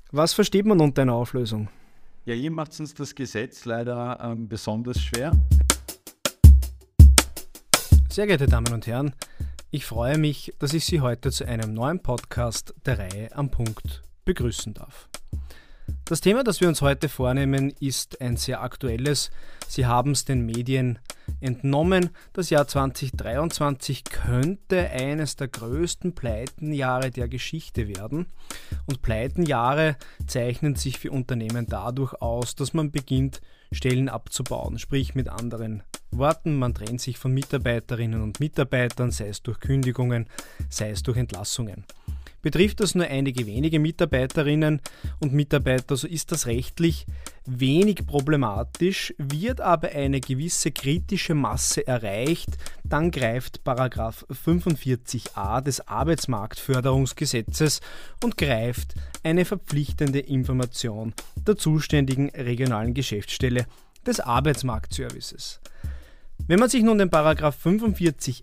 Was versteht man unter einer Auflösung? Ja, hier macht es uns das Gesetz leider besonders schwer. Sehr geehrte Damen und Herren, ich freue mich, dass ich Sie heute zu einem neuen Podcast der Reihe am Punkt begrüßen darf. Das Thema, das wir uns heute vornehmen, ist ein sehr aktuelles. Sie haben es den Medien entnommen. Das Jahr 2023 könnte eines der größten Pleitenjahre der Geschichte werden. Und Pleitenjahre zeichnen sich für Unternehmen dadurch aus, dass man beginnt, Stellen abzubauen. Sprich mit anderen Worten, man trennt sich von Mitarbeiterinnen und Mitarbeitern, sei es durch Kündigungen, sei es durch Entlassungen. Betrifft das nur einige wenige Mitarbeiterinnen und Mitarbeiter, so ist das rechtlich wenig problematisch, wird aber eine gewisse kritische Masse erreicht, dann greift § 45a des Arbeitsmarktförderungsgesetzes und greift eine verpflichtende Information der zuständigen regionalen Geschäftsstelle des Arbeitsmarktservices. Wenn man sich nun den § 45a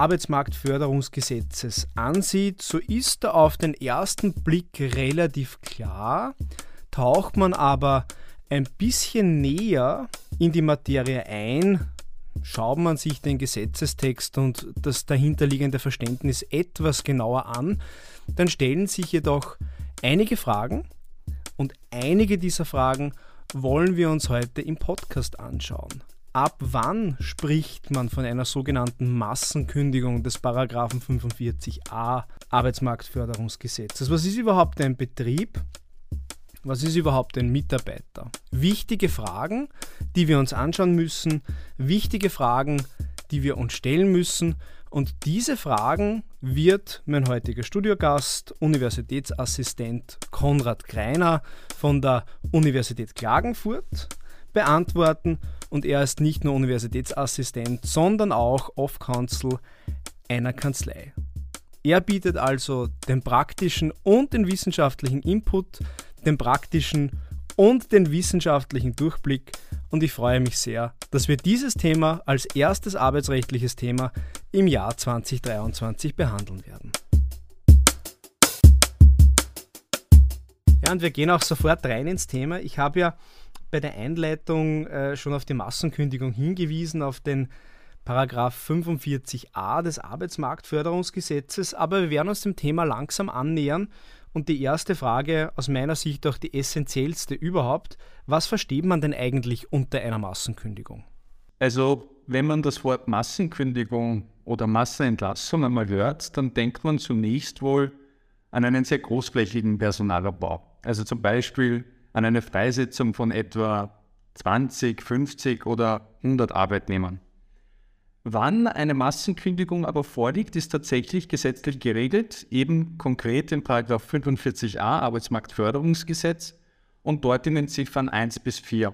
Arbeitsmarktförderungsgesetzes ansieht, so ist er auf den ersten Blick relativ klar, taucht man aber ein bisschen näher in die Materie ein, schaut man sich den Gesetzestext und das dahinterliegende Verständnis etwas genauer an, dann stellen sich jedoch einige Fragen und einige dieser Fragen wollen wir uns heute im Podcast anschauen. Ab wann spricht man von einer sogenannten Massenkündigung des § 45a Arbeitsmarktförderungsgesetzes? Was ist überhaupt ein Betrieb? Was ist überhaupt ein Mitarbeiter? Wichtige Fragen, die wir uns anschauen müssen, wichtige Fragen, die wir uns stellen müssen. Und diese Fragen wird mein heutiger Studiogast, Universitätsassistent Konrad Greiner von der Universität Klagenfurt, beantworten. Und er ist nicht nur Universitätsassistent, sondern auch Off-Counsel einer Kanzlei. Er bietet also den praktischen und den wissenschaftlichen Input, den praktischen und den wissenschaftlichen Durchblick. Und ich freue mich sehr, dass wir dieses Thema als erstes arbeitsrechtliches Thema im Jahr 2023 behandeln werden. Ja, und wir gehen auch sofort rein ins Thema. Ich habe ja bei der Einleitung schon auf die Massenkündigung hingewiesen, auf den § 45a des Arbeitsmarktförderungsgesetzes, aber wir werden uns dem Thema langsam annähern und die erste Frage, aus meiner Sicht auch die essentiellste überhaupt, was versteht man denn eigentlich unter einer Massenkündigung? Also, wenn man das Wort Massenkündigung oder Massenentlassung einmal hört, dann denkt man zunächst wohl an einen sehr großflächigen Personalabbau. Also zum Beispiel an eine Freisetzung von etwa 20, 50 oder 100 Arbeitnehmern. Wann eine Massenkündigung aber vorliegt, ist tatsächlich gesetzlich geregelt, eben konkret im § 45a Arbeitsmarktförderungsgesetz und dort in den Ziffern 1 bis 4.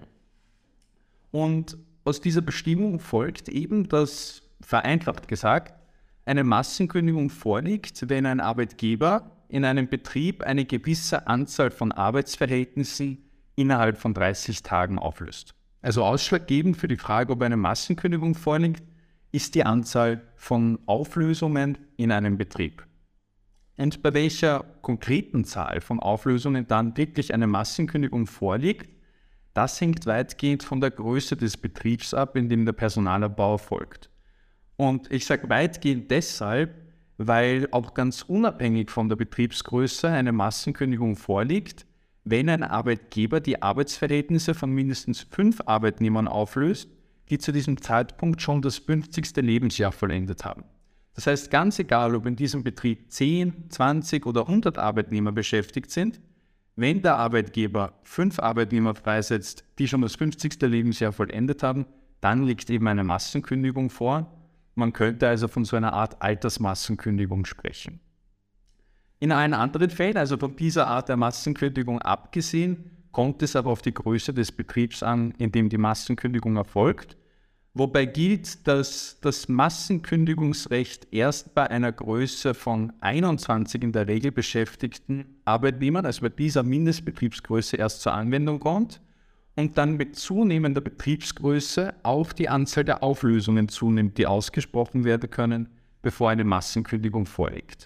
Und aus dieser Bestimmung folgt eben, dass, vereinfacht gesagt, eine Massenkündigung vorliegt, wenn ein Arbeitgeber in einem Betrieb eine gewisse Anzahl von Arbeitsverhältnissen innerhalb von 30 Tagen auflöst. Also ausschlaggebend für die Frage, ob eine Massenkündigung vorliegt, ist die Anzahl von Auflösungen in einem Betrieb. Und bei welcher konkreten Zahl von Auflösungen dann wirklich eine Massenkündigung vorliegt, das hängt weitgehend von der Größe des Betriebs ab, in dem der Personalabbau erfolgt. Und ich sage weitgehend deshalb, weil auch ganz unabhängig von der Betriebsgröße eine Massenkündigung vorliegt, wenn ein Arbeitgeber die Arbeitsverhältnisse von mindestens 5 Arbeitnehmern auflöst, die zu diesem Zeitpunkt schon das 50. Lebensjahr vollendet haben. Das heißt, ganz egal, ob in diesem Betrieb 10, 20 oder 100 Arbeitnehmer beschäftigt sind, wenn der Arbeitgeber 5 Arbeitnehmer freisetzt, die schon das 50. Lebensjahr vollendet haben, dann liegt eben eine Massenkündigung vor. Man könnte also von so einer Art Altersmassenkündigung sprechen. In allen anderen Fällen, also von dieser Art der Massenkündigung abgesehen, kommt es aber auf die Größe des Betriebs an, in dem die Massenkündigung erfolgt. Wobei gilt, dass das Massenkündigungsrecht erst bei einer Größe von 21 in der Regel beschäftigten Arbeitnehmern, also bei dieser Mindestbetriebsgröße, erst zur Anwendung kommt und dann mit zunehmender Betriebsgröße auch die Anzahl der Auflösungen zunimmt, die ausgesprochen werden können, bevor eine Massenkündigung vorliegt.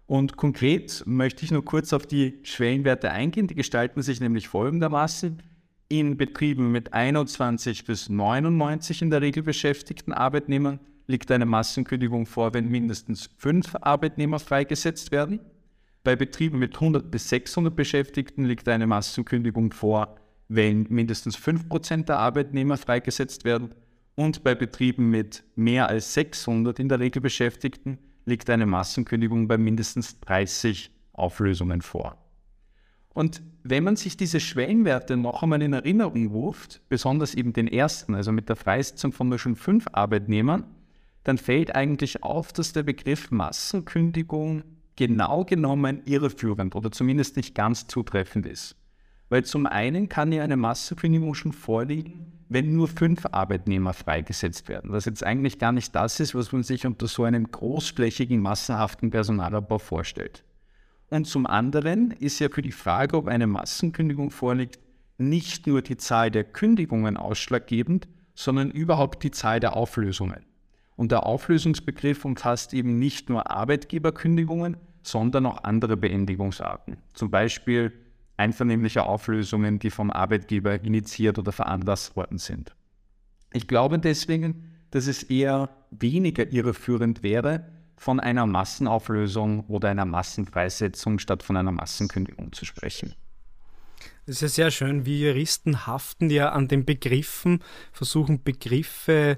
Und konkret möchte ich nur kurz auf die Schwellenwerte eingehen. Die gestalten sich nämlich folgendermaßen. In Betrieben mit 21 bis 99 in der Regel beschäftigten Arbeitnehmern liegt eine Massenkündigung vor, wenn mindestens 5 Arbeitnehmer freigesetzt werden. Bei Betrieben mit 100 bis 600 Beschäftigten liegt eine Massenkündigung vor, wenn mindestens 5% der Arbeitnehmer freigesetzt werden. Und bei Betrieben mit mehr als 600 in der Regel Beschäftigten liegt eine Massenkündigung bei mindestens 30 Auflösungen vor. Und wenn man sich diese Schwellenwerte noch einmal in Erinnerung ruft, besonders eben den ersten, also mit der Freisetzung von nur schon 5 Arbeitnehmern, dann fällt eigentlich auf, dass der Begriff Massenkündigung genau genommen irreführend oder zumindest nicht ganz zutreffend ist. Weil zum einen kann ja eine Massenkündigung schon vorliegen, wenn nur 5 Arbeitnehmer freigesetzt werden, was jetzt eigentlich gar nicht das ist, was man sich unter so einem großflächigen, massenhaften Personalabbau vorstellt. Und zum anderen ist ja für die Frage, ob eine Massenkündigung vorliegt, nicht nur die Zahl der Kündigungen ausschlaggebend, sondern überhaupt die Zahl der Auflösungen. Und der Auflösungsbegriff umfasst eben nicht nur Arbeitgeberkündigungen, sondern auch andere Beendigungsarten. Zum Beispiel einvernehmliche Auflösungen, die vom Arbeitgeber initiiert oder veranlasst worden sind. Ich glaube deswegen, dass es eher weniger irreführend wäre, von einer Massenauflösung oder einer Massenfreisetzung statt von einer Massenkündigung zu sprechen. Das ist ja sehr schön. Wir Juristen haften ja an den Begriffen, versuchen Begriffe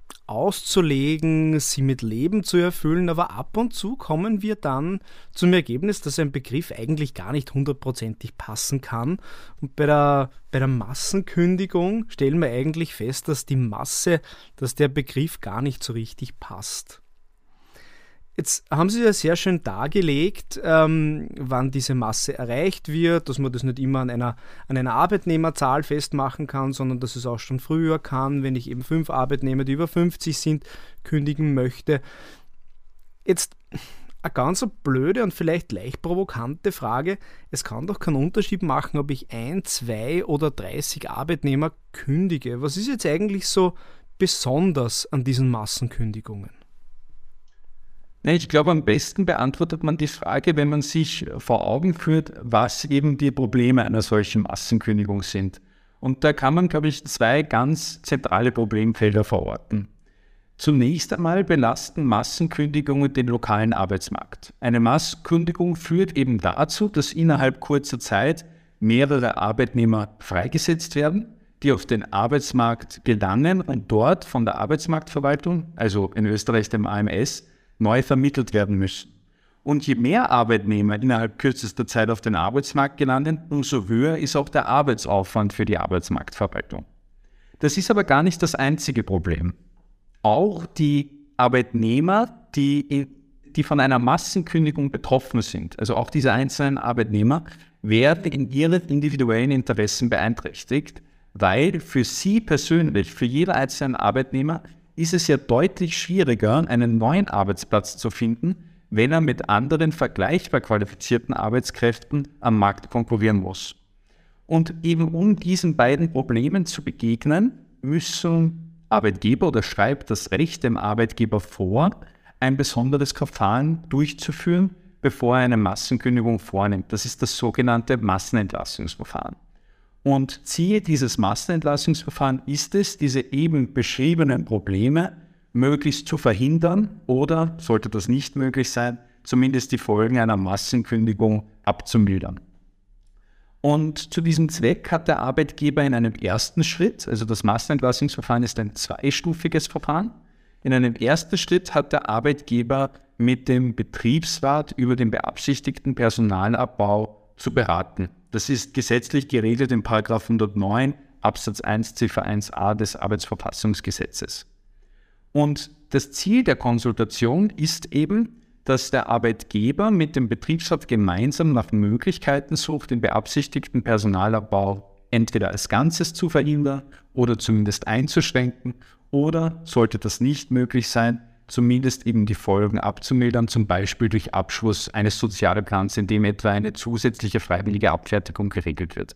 auszulegen, sie mit Leben zu erfüllen, aber ab und zu kommen wir dann zum Ergebnis, dass ein Begriff eigentlich gar nicht 100%ig passen kann. Und bei der Massenkündigung stellen wir eigentlich fest, dass der Begriff gar nicht so richtig passt. Jetzt haben Sie ja sehr schön dargelegt, wann diese Masse erreicht wird, dass man das nicht immer an einer Arbeitnehmerzahl festmachen kann, sondern dass es auch schon früher kann, wenn ich eben 5 Arbeitnehmer, die über 50 sind, kündigen möchte. Jetzt eine ganz blöde und vielleicht leicht provokante Frage. Es kann doch keinen Unterschied machen, ob ich 1, 2 oder 30 Arbeitnehmer kündige. Was ist jetzt eigentlich so besonders an diesen Massenkündigungen? Ich glaube, am besten beantwortet man die Frage, wenn man sich vor Augen führt, was eben die Probleme einer solchen Massenkündigung sind. Und da kann man, glaube ich, 2 ganz zentrale Problemfelder verorten. Zunächst einmal belasten Massenkündigungen den lokalen Arbeitsmarkt. Eine Massenkündigung führt eben dazu, dass innerhalb kurzer Zeit mehrere Arbeitnehmer freigesetzt werden, die auf den Arbeitsmarkt gelangen und dort von der Arbeitsmarktverwaltung, also in Österreich dem AMS, neu vermittelt werden müssen. Und je mehr Arbeitnehmer innerhalb kürzester Zeit auf den Arbeitsmarkt gelangen, umso höher ist auch der Arbeitsaufwand für die Arbeitsmarktverwaltung. Das ist aber gar nicht das einzige Problem. Auch die Arbeitnehmer, die von einer Massenkündigung betroffen sind, also auch diese einzelnen Arbeitnehmer, werden in ihren individuellen Interessen beeinträchtigt, weil für sie persönlich, für jeden einzelnen Arbeitnehmer, ist es ja deutlich schwieriger, einen neuen Arbeitsplatz zu finden, wenn er mit anderen vergleichbar qualifizierten Arbeitskräften am Markt konkurrieren muss. Und eben um diesen beiden Problemen zu begegnen, müssen Arbeitgeber oder schreibt das Recht dem Arbeitgeber vor, ein besonderes Verfahren durchzuführen, bevor er eine Massenkündigung vornimmt. Das ist das sogenannte Massenentlassungsverfahren. Und Ziel dieses Massenentlassungsverfahrens ist es, diese eben beschriebenen Probleme möglichst zu verhindern oder, sollte das nicht möglich sein, zumindest die Folgen einer Massenkündigung abzumildern. Und zu diesem Zweck hat der Arbeitgeber in einem ersten Schritt, also das Massenentlassungsverfahren ist ein zweistufiges Verfahren, in einem ersten Schritt hat der Arbeitgeber mit dem Betriebsrat über den beabsichtigten Personalabbau zu beraten. Das ist gesetzlich geregelt in § 109 Absatz 1 Ziffer 1a des Arbeitsverfassungsgesetzes. Und das Ziel der Konsultation ist eben, dass der Arbeitgeber mit dem Betriebsrat gemeinsam nach Möglichkeiten sucht, den beabsichtigten Personalabbau entweder als Ganzes zu verhindern oder zumindest einzuschränken oder, sollte das nicht möglich sein, zumindest eben die Folgen abzumildern, zum Beispiel durch Abschluss eines Sozialplans, in dem etwa eine zusätzliche freiwillige Abfertigung geregelt wird.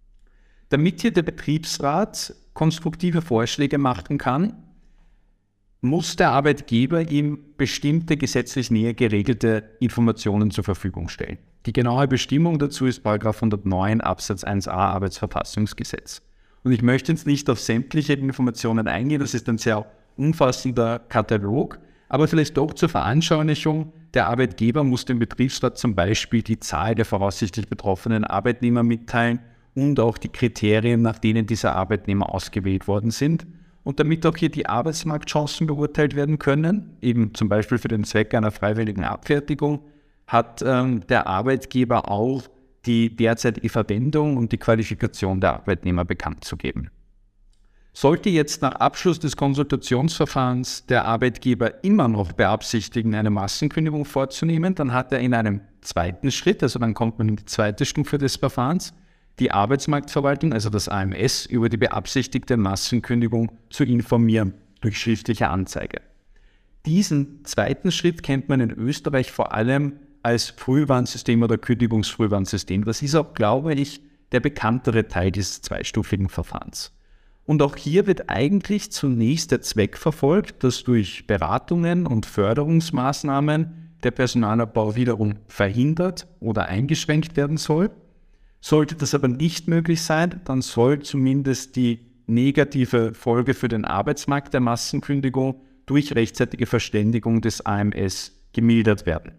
Damit hier der Betriebsrat konstruktive Vorschläge machen kann, muss der Arbeitgeber ihm bestimmte gesetzlich näher geregelte Informationen zur Verfügung stellen. Die genaue Bestimmung dazu ist § 109 Absatz 1a Arbeitsverfassungsgesetz. Und ich möchte jetzt nicht auf sämtliche Informationen eingehen, das ist ein sehr umfassender Katalog, aber vielleicht doch zur Veranschaulichung: Der Arbeitgeber muss dem Betriebsrat zum Beispiel die Zahl der voraussichtlich betroffenen Arbeitnehmer mitteilen und auch die Kriterien, nach denen diese Arbeitnehmer ausgewählt worden sind. Und damit auch hier die Arbeitsmarktchancen beurteilt werden können, eben zum Beispiel für den Zweck einer freiwilligen Abfertigung, hat der Arbeitgeber auch die derzeitige Verwendung und die Qualifikation der Arbeitnehmer bekannt zu geben. Sollte jetzt nach Abschluss des Konsultationsverfahrens der Arbeitgeber immer noch beabsichtigen, eine Massenkündigung vorzunehmen, dann hat er in einem zweiten Schritt, also dann kommt man in die zweite Stufe des Verfahrens, die Arbeitsmarktverwaltung, also das AMS, über die beabsichtigte Massenkündigung zu informieren durch schriftliche Anzeige. Diesen zweiten Schritt kennt man in Österreich vor allem als Frühwarnsystem oder Kündigungsfrühwarnsystem. Das ist auch, glaube ich, der bekanntere Teil dieses zweistufigen Verfahrens. Und auch hier wird eigentlich zunächst der Zweck verfolgt, dass durch Beratungen und Förderungsmaßnahmen der Personalabbau wiederum verhindert oder eingeschränkt werden soll. Sollte das aber nicht möglich sein, dann soll zumindest die negative Folge für den Arbeitsmarkt der Massenkündigung durch rechtzeitige Verständigung des AMS gemildert werden.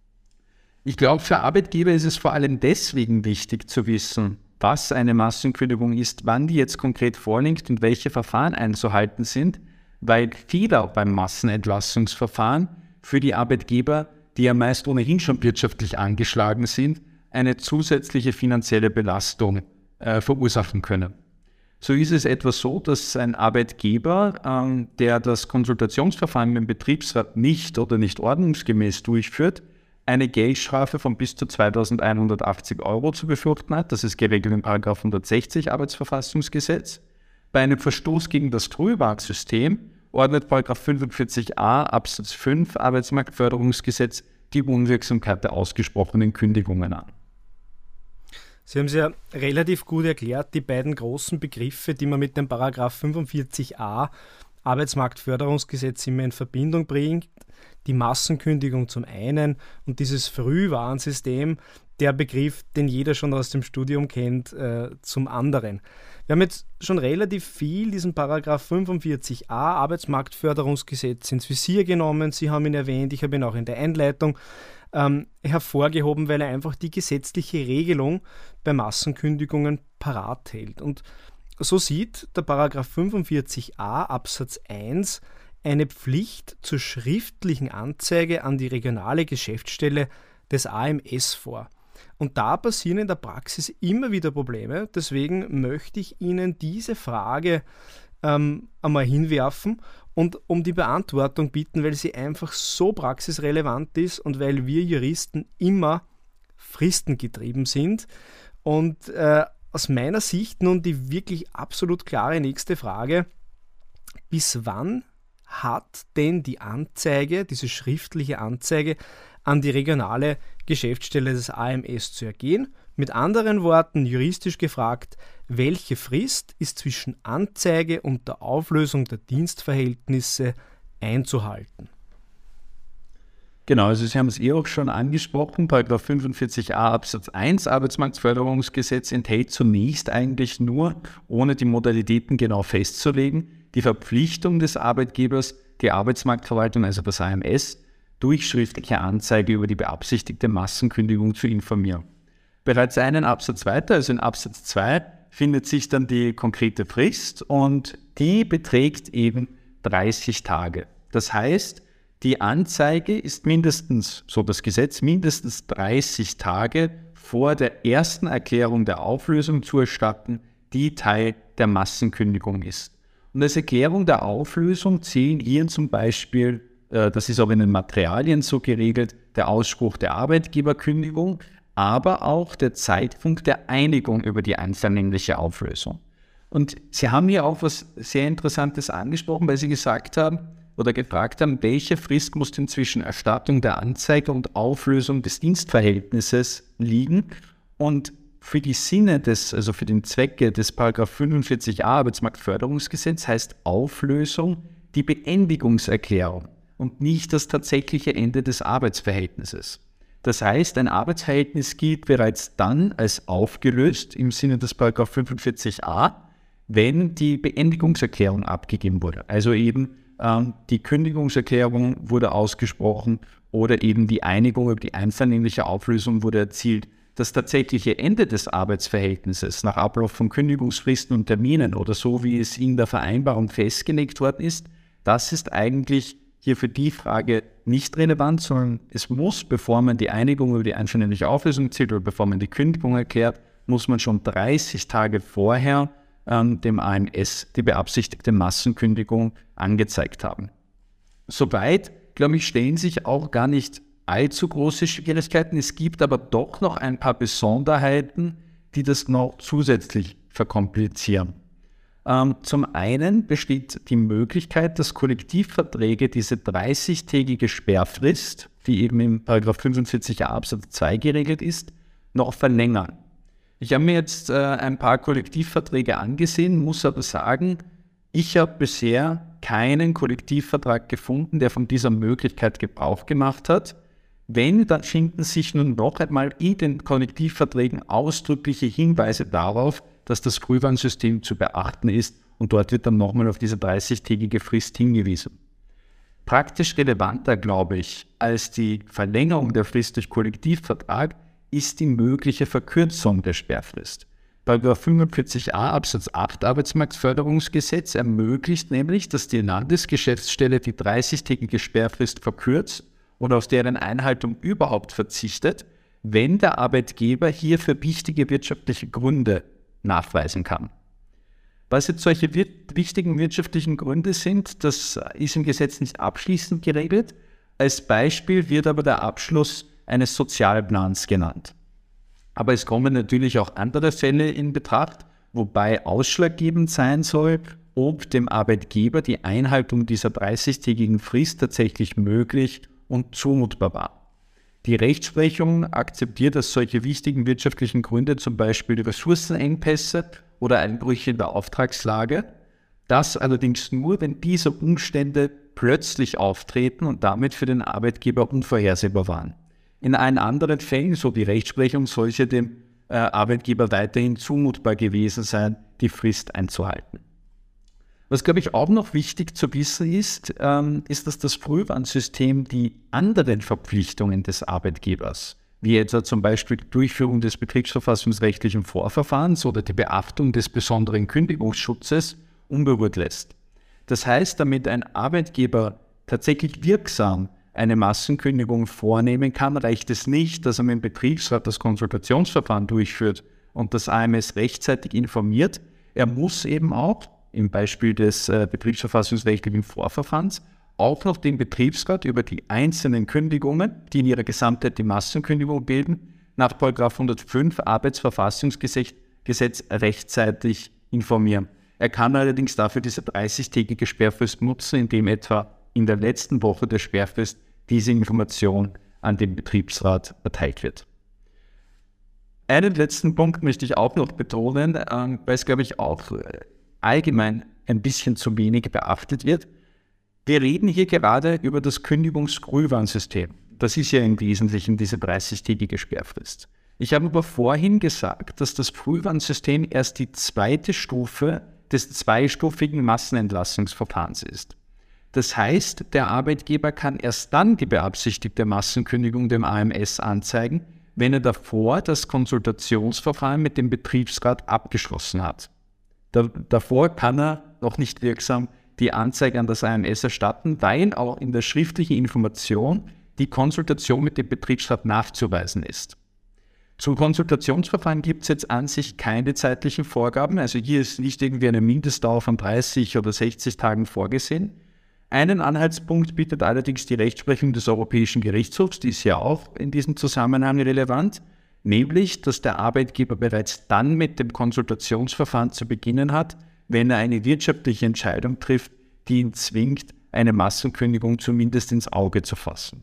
Ich glaube, für Arbeitgeber ist es vor allem deswegen wichtig zu wissen, was eine Massenkündigung ist, wann die jetzt konkret vorliegt und welche Verfahren einzuhalten sind, weil Fehler beim Massenentlassungsverfahren für die Arbeitgeber, die ja meist ohnehin schon wirtschaftlich angeschlagen sind, eine zusätzliche finanzielle Belastung verursachen können. So ist es etwa so, dass ein Arbeitgeber, der das Konsultationsverfahren mit dem Betriebsrat nicht oder nicht ordnungsgemäß durchführt, eine Geldstrafe von bis zu 2.180 € zu befürchten hat. Das ist geregelt in § 160 Arbeitsverfassungsgesetz. Bei einem Verstoß gegen das Frühwarnsystem ordnet § 45a Absatz 5 Arbeitsmarktförderungsgesetz die Unwirksamkeit der ausgesprochenen Kündigungen an. Sie haben es ja relativ gut erklärt, die beiden großen Begriffe, die man mit dem § 45a Arbeitsmarktförderungsgesetz immer in Verbindung bringt. Die Massenkündigung zum einen und dieses Frühwarnsystem, der Begriff, den jeder schon aus dem Studium kennt, zum anderen. Wir haben jetzt schon relativ viel diesen § 45a Arbeitsmarktförderungsgesetz ins Visier genommen. Sie haben ihn erwähnt, ich habe ihn auch in der Einleitung hervorgehoben, weil er einfach die gesetzliche Regelung bei Massenkündigungen parat hält. Und so sieht der § 45a Absatz 1 eine Pflicht zur schriftlichen Anzeige an die regionale Geschäftsstelle des AMS vor. Und da passieren in der Praxis immer wieder Probleme. Deswegen möchte ich Ihnen diese Frage einmal hinwerfen und um die Beantwortung bitten, weil sie einfach so praxisrelevant ist und weil wir Juristen immer fristengetrieben sind. Und aus meiner Sicht nun die wirklich absolut klare nächste Frage: Bis wann hat denn die Anzeige, diese schriftliche Anzeige, an die regionale Geschäftsstelle des AMS zu ergehen? Mit anderen Worten, juristisch gefragt, welche Frist ist zwischen Anzeige und der Auflösung der Dienstverhältnisse einzuhalten? Genau, also Sie haben es auch schon angesprochen, § 45a Absatz 1 Arbeitsmarktförderungsgesetz enthält zunächst eigentlich nur, ohne die Modalitäten genau festzulegen, die Verpflichtung des Arbeitgebers, die Arbeitsmarktverwaltung, also das AMS, durch schriftliche Anzeige über die beabsichtigte Massenkündigung zu informieren. Bereits einen Absatz weiter, also in Absatz 2, findet sich dann die konkrete Frist und die beträgt eben 30 Tage. Das heißt, die Anzeige ist mindestens, so das Gesetz, mindestens 30 Tage vor der ersten Erklärung der Auflösung zu erstatten, die Teil der Massenkündigung ist. Und als Erklärung der Auflösung zählen hier zum Beispiel, das ist auch in den Materialien so geregelt, der Ausspruch der Arbeitgeberkündigung, aber auch der Zeitpunkt der Einigung über die einvernehmliche Auflösung. Und Sie haben hier auch was sehr Interessantes angesprochen, weil Sie gesagt haben oder gefragt haben, welche Frist muss denn zwischen Erstattung der Anzeige und Auflösung des Dienstverhältnisses liegen? Und für die Sinne für den Zwecke des § 45a Arbeitsmarktförderungsgesetz heißt Auflösung die Beendigungserklärung und nicht das tatsächliche Ende des Arbeitsverhältnisses. Das heißt, ein Arbeitsverhältnis gilt bereits dann als aufgelöst im Sinne des § 45a, wenn die Beendigungserklärung abgegeben wurde. Also eben die Kündigungserklärung wurde ausgesprochen oder eben die Einigung über die einvernehmliche Auflösung wurde erzielt. Das tatsächliche Ende des Arbeitsverhältnisses nach Ablauf von Kündigungsfristen und Terminen oder so, wie es in der Vereinbarung festgelegt worden ist, das ist eigentlich hier für die Frage nicht relevant, sondern es muss, bevor man die Einigung über die einvernehmliche Auflösung erzielt oder bevor man die Kündigung erklärt, muss man schon 30 Tage vorher dem AMS die beabsichtigte Massenkündigung angezeigt haben. Soweit, glaube ich, stellen sich auch gar nicht allzu große Schwierigkeiten. Es gibt aber doch noch ein paar Besonderheiten, die das noch zusätzlich verkomplizieren. Zum einen besteht die Möglichkeit, dass Kollektivverträge diese 30-tägige Sperrfrist, die eben im § 45a Absatz 2 geregelt ist, noch verlängern. Ich habe mir jetzt ein paar Kollektivverträge angesehen, muss aber sagen, ich habe bisher keinen Kollektivvertrag gefunden, der von dieser Möglichkeit Gebrauch gemacht hat. Wenn, dann finden sich nun noch einmal in den Kollektivverträgen ausdrückliche Hinweise darauf, dass das Frühwarnsystem zu beachten ist und dort wird dann nochmal auf diese 30-tägige Frist hingewiesen. Praktisch relevanter, glaube ich, als die Verlängerung der Frist durch Kollektivvertrag ist die mögliche Verkürzung der Sperrfrist. § 45a Absatz 8 Arbeitsmarktförderungsgesetz ermöglicht nämlich, dass die Landesgeschäftsstelle die 30-tägige Sperrfrist verkürzt oder auf deren Einhaltung überhaupt verzichtet, wenn der Arbeitgeber hierfür wichtige wirtschaftliche Gründe nachweisen kann. Was jetzt solche wichtigen wirtschaftlichen Gründe sind, das ist im Gesetz nicht abschließend geregelt. Als Beispiel wird aber der Abschluss eines Sozialplans genannt. Aber es kommen natürlich auch andere Fälle in Betracht, wobei ausschlaggebend sein soll, ob dem Arbeitgeber die Einhaltung dieser 30-tägigen Frist tatsächlich möglich und zumutbar war. Die Rechtsprechung akzeptiert als solche wichtigen wirtschaftlichen Gründe zum Beispiel Ressourcenengpässe oder Einbrüche in der Auftragslage. Das allerdings nur, wenn diese Umstände plötzlich auftreten und damit für den Arbeitgeber unvorhersehbar waren. In allen anderen Fällen, so die Rechtsprechung, soll es ja dem Arbeitgeber weiterhin zumutbar gewesen sein, die Frist einzuhalten. Was, glaube ich, auch noch wichtig zu wissen ist, dass das Frühwarnsystem die anderen Verpflichtungen des Arbeitgebers, wie etwa zum Beispiel die Durchführung des betriebsverfassungsrechtlichen Vorverfahrens oder die Beachtung des besonderen Kündigungsschutzes, unberührt lässt. Das heißt, damit ein Arbeitgeber tatsächlich wirksam eine Massenkündigung vornehmen kann, reicht es nicht, dass er mit dem Betriebsrat das Konsultationsverfahren durchführt und das AMS rechtzeitig informiert. Er muss eben auch, im Beispiel des betriebsverfassungsrechtlichen Vorverfahrens, auch noch den Betriebsrat über die einzelnen Kündigungen, die in ihrer Gesamtheit die Massenkündigung bilden, nach § 105 Arbeitsverfassungsgesetz rechtzeitig informieren. Er kann allerdings dafür diese 30-tägige Sperrfrist nutzen, indem etwa in der letzten Woche der Sperrfrist diese Information an den Betriebsrat erteilt wird. Einen letzten Punkt möchte ich auch noch betonen, weil es, glaube ich, auch allgemein ein bisschen zu wenig beachtet wird. Wir reden hier gerade über das Kündigungsfrühwarnsystem. Das ist ja im Wesentlichen diese 30-tägige Sperrfrist. Ich habe aber vorhin gesagt, dass das Frühwarnsystem erst die zweite Stufe des zweistufigen Massenentlassungsverfahrens ist. Das heißt, der Arbeitgeber kann erst dann die beabsichtigte Massenkündigung dem AMS anzeigen, wenn er davor das Konsultationsverfahren mit dem Betriebsrat abgeschlossen hat. Davor kann er noch nicht wirksam die Anzeige an das AMS erstatten, weil auch in der schriftlichen Information die Konsultation mit dem Betriebsrat nachzuweisen ist. Zum Konsultationsverfahren gibt es jetzt an sich keine zeitlichen Vorgaben, also hier ist nicht irgendwie eine Mindestdauer von 30 oder 60 Tagen vorgesehen. Einen Anhaltspunkt bietet allerdings die Rechtsprechung des Europäischen Gerichtshofs, die ist ja auch in diesem Zusammenhang relevant, nämlich, dass der Arbeitgeber bereits dann mit dem Konsultationsverfahren zu beginnen hat, wenn er eine wirtschaftliche Entscheidung trifft, die ihn zwingt, eine Massenkündigung zumindest ins Auge zu fassen.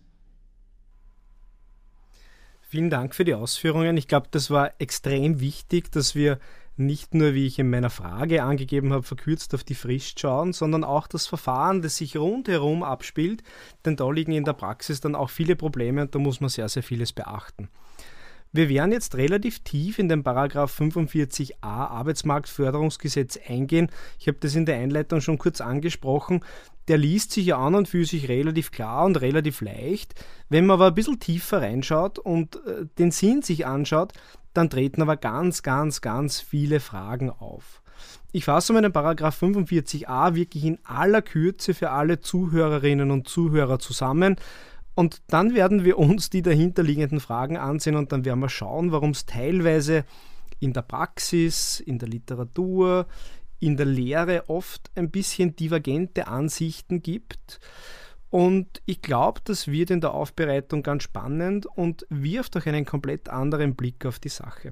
Vielen Dank für die Ausführungen. Ich glaube, das war extrem wichtig, dass wir nicht nur, wie ich in meiner Frage angegeben habe, verkürzt auf die Frist schauen, sondern auch das Verfahren, das sich rundherum abspielt, denn da liegen in der Praxis dann auch viele Probleme und da muss man sehr, sehr vieles beachten. Wir werden jetzt relativ tief in den Paragraph 45a Arbeitsmarktförderungsgesetz eingehen. Ich habe das in der Einleitung schon kurz angesprochen. Der liest sich ja an und für sich relativ klar und relativ leicht. Wenn man aber ein bisschen tiefer reinschaut und den Sinn sich anschaut, dann treten aber ganz, ganz, ganz viele Fragen auf. Ich fasse mal den Paragraph 45a wirklich in aller Kürze für alle Zuhörerinnen und Zuhörer zusammen. Und dann werden wir uns die dahinterliegenden Fragen ansehen und dann werden wir schauen, warum es teilweise in der Praxis, in der Literatur, in der Lehre oft ein bisschen divergente Ansichten gibt. Und ich glaube, das wird in der Aufbereitung ganz spannend und wirft auch einen komplett anderen Blick auf die Sache.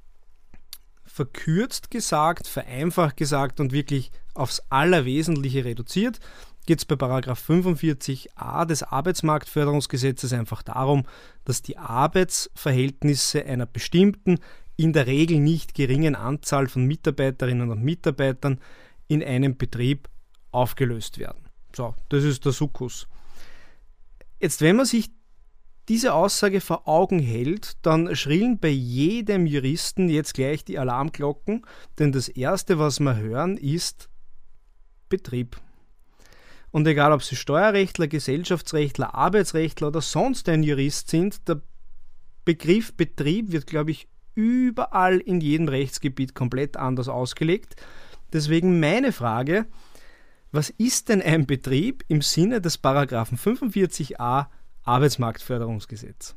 Verkürzt gesagt, vereinfacht gesagt und wirklich aufs Allerwesentliche reduziert, geht es bei § 45a des Arbeitsmarktförderungsgesetzes einfach darum, dass die Arbeitsverhältnisse einer bestimmten, in der Regel nicht geringen Anzahl von Mitarbeiterinnen und Mitarbeitern in einem Betrieb aufgelöst werden. So, das ist der Sukkus. Jetzt, wenn man sich diese Aussage vor Augen hält, dann schrillen bei jedem Juristen jetzt gleich die Alarmglocken, denn das Erste, was wir hören, ist Betrieb. Und egal, ob Sie Steuerrechtler, Gesellschaftsrechtler, Arbeitsrechtler oder sonst ein Jurist sind, der Begriff Betrieb wird, glaube ich, überall in jedem Rechtsgebiet komplett anders ausgelegt. Deswegen meine Frage: Was ist denn ein Betrieb im Sinne des Paragraphen 45a Arbeitsmarktförderungsgesetz?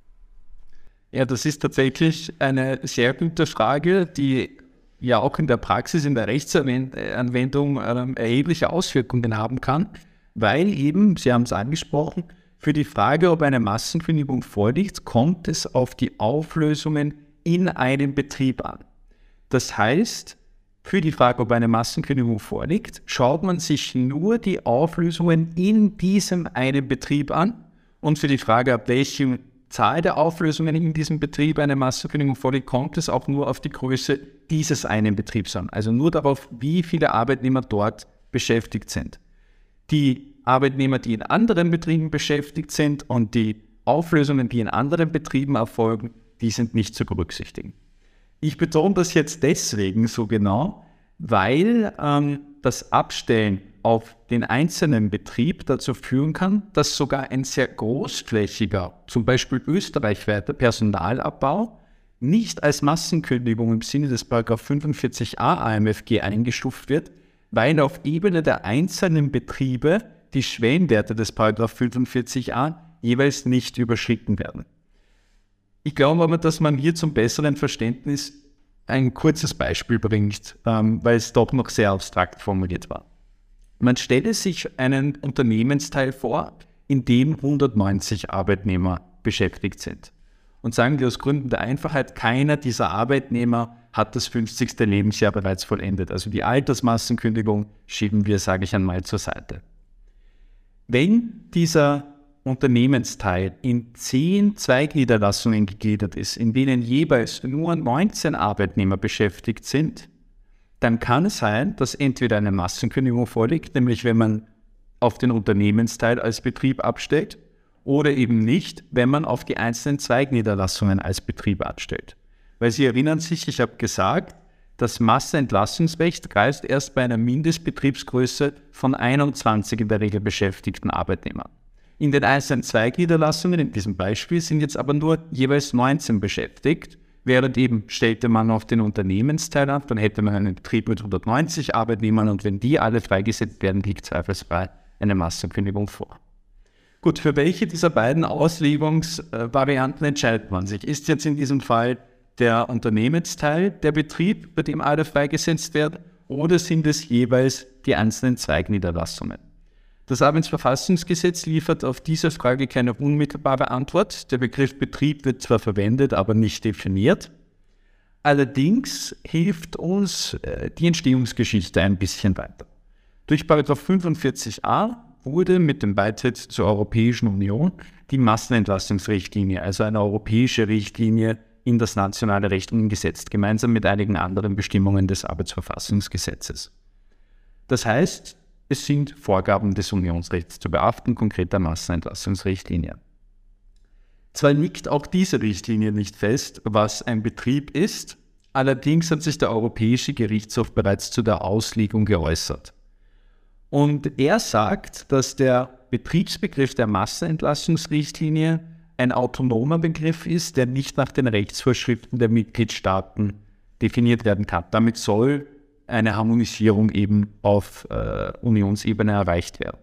Ja, das ist tatsächlich eine sehr gute Frage, die ja auch in der Praxis, in der Rechtsanwendung erhebliche Auswirkungen haben kann, weil eben, Sie haben es angesprochen, für die Frage, ob eine Massenkündigung vorliegt, kommt es auf die Auflösungen in einem Betrieb an. Das heißt, für die Frage, ob eine Massenkündigung vorliegt, schaut man sich nur die Auflösungen in diesem einen Betrieb an und für die Frage, ab welchem Zahl der Auflösungen in diesem Betrieb eine Massenkündigung vorliegt, kommt es auch nur auf die Größe dieses einen Betriebs an. Also nur darauf, wie viele Arbeitnehmer dort beschäftigt sind. Die Arbeitnehmer, die in anderen Betrieben beschäftigt sind und die Auflösungen, die in anderen Betrieben erfolgen, die sind nicht zu berücksichtigen. Ich betone das jetzt deswegen so genau, weil das Abstellen auf den einzelnen Betrieb dazu führen kann, dass sogar ein sehr großflächiger, zum Beispiel österreichweiter Personalabbau nicht als Massenkündigung im Sinne des § 45a AMFG eingestuft wird, weil auf Ebene der einzelnen Betriebe die Schwellenwerte des § 45a jeweils nicht überschritten werden. Ich glaube aber, dass man hier zum besseren Verständnis ein kurzes Beispiel bringt, weil es doch noch sehr abstrakt formuliert war. Man stelle sich einen Unternehmensteil vor, in dem 190 Arbeitnehmer beschäftigt sind. Und sagen wir aus Gründen der Einfachheit, keiner dieser Arbeitnehmer hat das 50. Lebensjahr bereits vollendet. Also die Altersmassenkündigung schieben wir, sage ich einmal, zur Seite. Wenn dieser Unternehmensteil in 10 Zweigniederlassungen gegliedert ist, in denen jeweils nur 19 Arbeitnehmer beschäftigt sind, dann kann es sein, dass entweder eine Massenkündigung vorliegt, nämlich wenn man auf den Unternehmensteil als Betrieb abstellt, oder eben nicht, wenn man auf die einzelnen Zweigniederlassungen als Betrieb abstellt. Weil Sie erinnern sich, ich habe gesagt, das Massenentlassungsrecht greift erst bei einer Mindestbetriebsgröße von 21 in der Regel beschäftigten Arbeitnehmern. In den einzelnen Zweigniederlassungen, in diesem Beispiel, sind jetzt aber nur jeweils 19 beschäftigt, während eben stellte man auf den Unternehmensteil ab, dann hätte man einen Betrieb mit 190 Arbeitnehmern und wenn die alle freigesetzt werden, liegt zweifelsfrei eine Massenkündigung vor. Gut, für welche dieser beiden Auslegungsvarianten entscheidet man sich? Ist jetzt in diesem Fall der Unternehmensteil der Betrieb, bei dem alle freigesetzt werden, oder sind es jeweils die einzelnen Zweigniederlassungen? Das Arbeitsverfassungsgesetz liefert auf diese Frage keine unmittelbare Antwort. Der Begriff Betrieb wird zwar verwendet, aber nicht definiert. Allerdings hilft uns die Entstehungsgeschichte ein bisschen weiter. Durch § 45a wurde mit dem Beitritt zur Europäischen Union die Massenentlastungsrichtlinie, also eine europäische Richtlinie, in das nationale Recht umgesetzt, gemeinsam mit einigen anderen Bestimmungen des Arbeitsverfassungsgesetzes. Das heißt, es sind Vorgaben des Unionsrechts zu beachten, konkreter Massenentlassungsrichtlinie. Zwar liegt auch diese Richtlinie nicht fest, was ein Betrieb ist, allerdings hat sich der Europäische Gerichtshof bereits zu der Auslegung geäußert. Und er sagt, dass der Betriebsbegriff der Massenentlassungsrichtlinie ein autonomer Begriff ist, der nicht nach den Rechtsvorschriften der Mitgliedstaaten definiert werden kann. Damit soll eine Harmonisierung eben auf Unionsebene erreicht werden.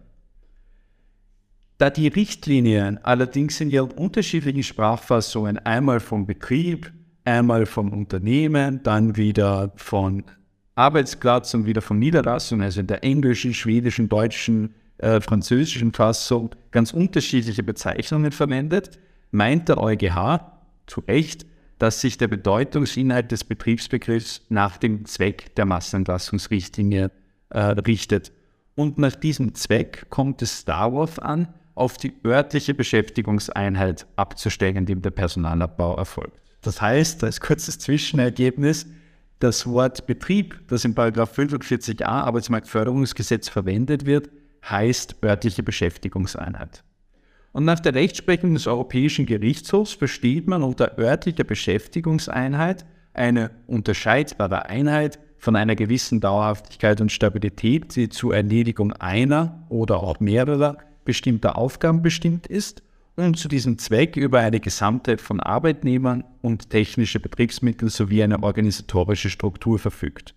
Da die Richtlinien allerdings in ihren unterschiedlichen Sprachfassungen einmal vom Betrieb, einmal vom Unternehmen, dann wieder von Arbeitsplatz und wieder von Niederlassung, also in der englischen, schwedischen, deutschen, französischen Fassung ganz unterschiedliche Bezeichnungen verwendet, meint der EuGH zu Recht, dass sich der Bedeutungsinhalt des Betriebsbegriffs nach dem Zweck der Massenentlassungsrichtlinie richtet. Und nach diesem Zweck kommt es darauf an, auf die örtliche Beschäftigungseinheit abzustellen, in dem der Personalabbau erfolgt. Das heißt, als kurzes Zwischenergebnis, das Wort Betrieb, das in § 45a Arbeitsmarktförderungsgesetz verwendet wird, heißt örtliche Beschäftigungseinheit. Und nach der Rechtsprechung des Europäischen Gerichtshofs versteht man unter örtlicher Beschäftigungseinheit eine unterscheidbare Einheit von einer gewissen Dauerhaftigkeit und Stabilität, die zur Erledigung einer oder auch mehrerer bestimmter Aufgaben bestimmt ist und zu diesem Zweck über eine Gesamtheit von Arbeitnehmern und technische Betriebsmittel sowie eine organisatorische Struktur verfügt.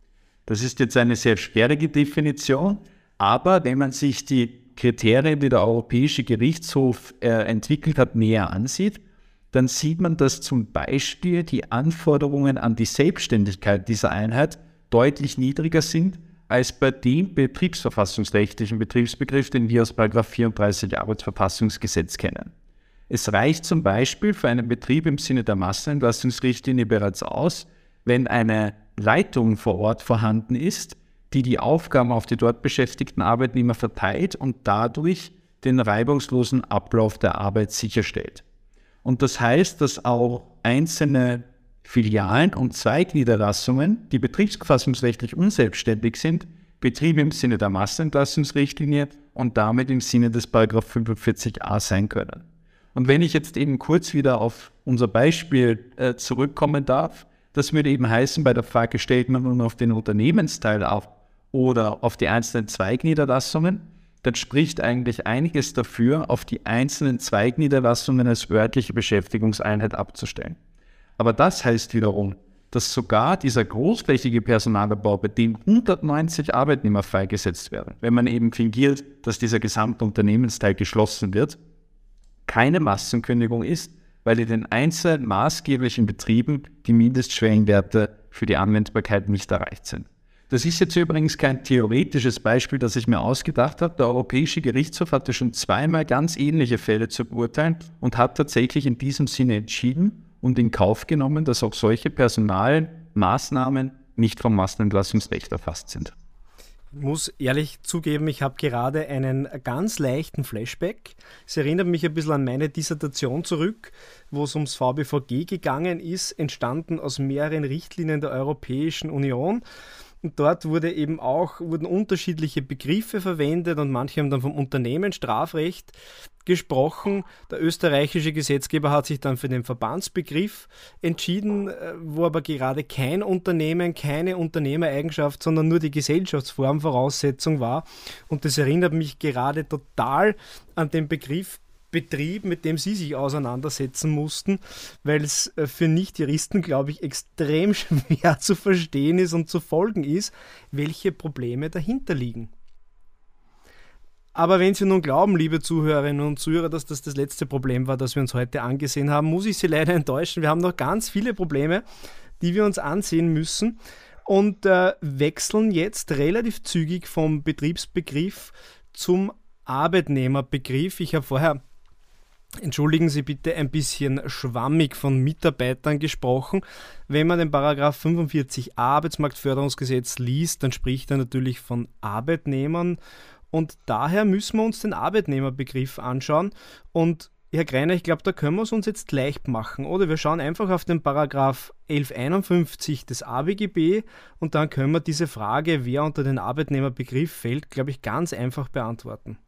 Das ist jetzt eine sehr sperrige Definition, aber wenn man sich die Kriterien, die der Europäische Gerichtshof entwickelt hat, näher ansieht, dann sieht man, dass zum Beispiel die Anforderungen an die Selbstständigkeit dieser Einheit deutlich niedriger sind als bei dem betriebsverfassungsrechtlichen Betriebsbegriff, den wir aus § 34 Arbeitsverfassungsgesetz kennen. Es reicht zum Beispiel für einen Betrieb im Sinne der Massenentlassungsrichtlinie bereits aus, wenn eine Leitung vor Ort vorhanden ist, die die Aufgaben auf die dort beschäftigten Arbeitnehmer verteilt und dadurch den reibungslosen Ablauf der Arbeit sicherstellt. Und das heißt, dass auch einzelne Filialen und Zweigniederlassungen, die betriebsverfassungsrechtlich unselbstständig sind, Betriebe im Sinne der Massenentlassungsrichtlinie und damit im Sinne des § 45a sein können. Und wenn ich jetzt eben kurz wieder auf unser Beispiel zurückkommen darf, das würde eben heißen, bei der Frage, stellt man nun auf den Unternehmensteil auf oder auf die einzelnen Zweigniederlassungen, dann spricht eigentlich einiges dafür, auf die einzelnen Zweigniederlassungen als örtliche Beschäftigungseinheit abzustellen. Aber das heißt wiederum, dass sogar dieser großflächige Personalabbau, bei dem 190 Arbeitnehmer freigesetzt werden, wenn man eben fingiert, dass dieser gesamte Unternehmensteil geschlossen wird, keine Massenkündigung ist, weil in den einzelnen maßgeblichen Betrieben die Mindestschwellenwerte für die Anwendbarkeit nicht erreicht sind. Das ist jetzt übrigens kein theoretisches Beispiel, das ich mir ausgedacht habe. Der Europäische Gerichtshof hatte schon zweimal ganz ähnliche Fälle zu beurteilen und hat tatsächlich in diesem Sinne entschieden und in Kauf genommen, dass auch solche Personalmaßnahmen nicht vom Massenentlassungsrecht erfasst sind. Ich muss ehrlich zugeben, ich habe gerade einen ganz leichten Flashback. Es erinnert mich ein bisschen an meine Dissertation zurück, wo es ums VBVG gegangen ist, entstanden aus mehreren Richtlinien der Europäischen Union. Und dort wurden unterschiedliche Begriffe verwendet und manche haben dann vom Unternehmensstrafrecht gesprochen. Der österreichische Gesetzgeber hat sich dann für den Verbandsbegriff entschieden, wo aber gerade kein Unternehmen, keine Unternehmereigenschaft, sondern nur die Gesellschaftsform Voraussetzung war. Und das erinnert mich gerade total an den Begriff Betrieb, mit dem Sie sich auseinandersetzen mussten, weil es für Nichtjuristen, glaube ich, extrem schwer zu verstehen ist und zu folgen ist, welche Probleme dahinter liegen. Aber wenn Sie nun glauben, liebe Zuhörerinnen und Zuhörer, dass das letzte Problem war, das wir uns heute angesehen haben, muss ich Sie leider enttäuschen. Wir haben noch ganz viele Probleme, die wir uns ansehen müssen und wechseln jetzt relativ zügig vom Betriebsbegriff zum Arbeitnehmerbegriff. Ich habe vorher, entschuldigen Sie bitte, ein bisschen schwammig von Mitarbeitern gesprochen. Wenn man den § 45a Arbeitsmarktförderungsgesetz liest, dann spricht er natürlich von Arbeitnehmern und daher müssen wir uns den Arbeitnehmerbegriff anschauen und Herr Greiner, ich glaube, da können wir es uns jetzt leicht machen, oder? Wir schauen einfach auf den Paragraph 1151 des ABGB und dann können wir diese Frage, wer unter den Arbeitnehmerbegriff fällt, glaube ich, ganz einfach beantworten.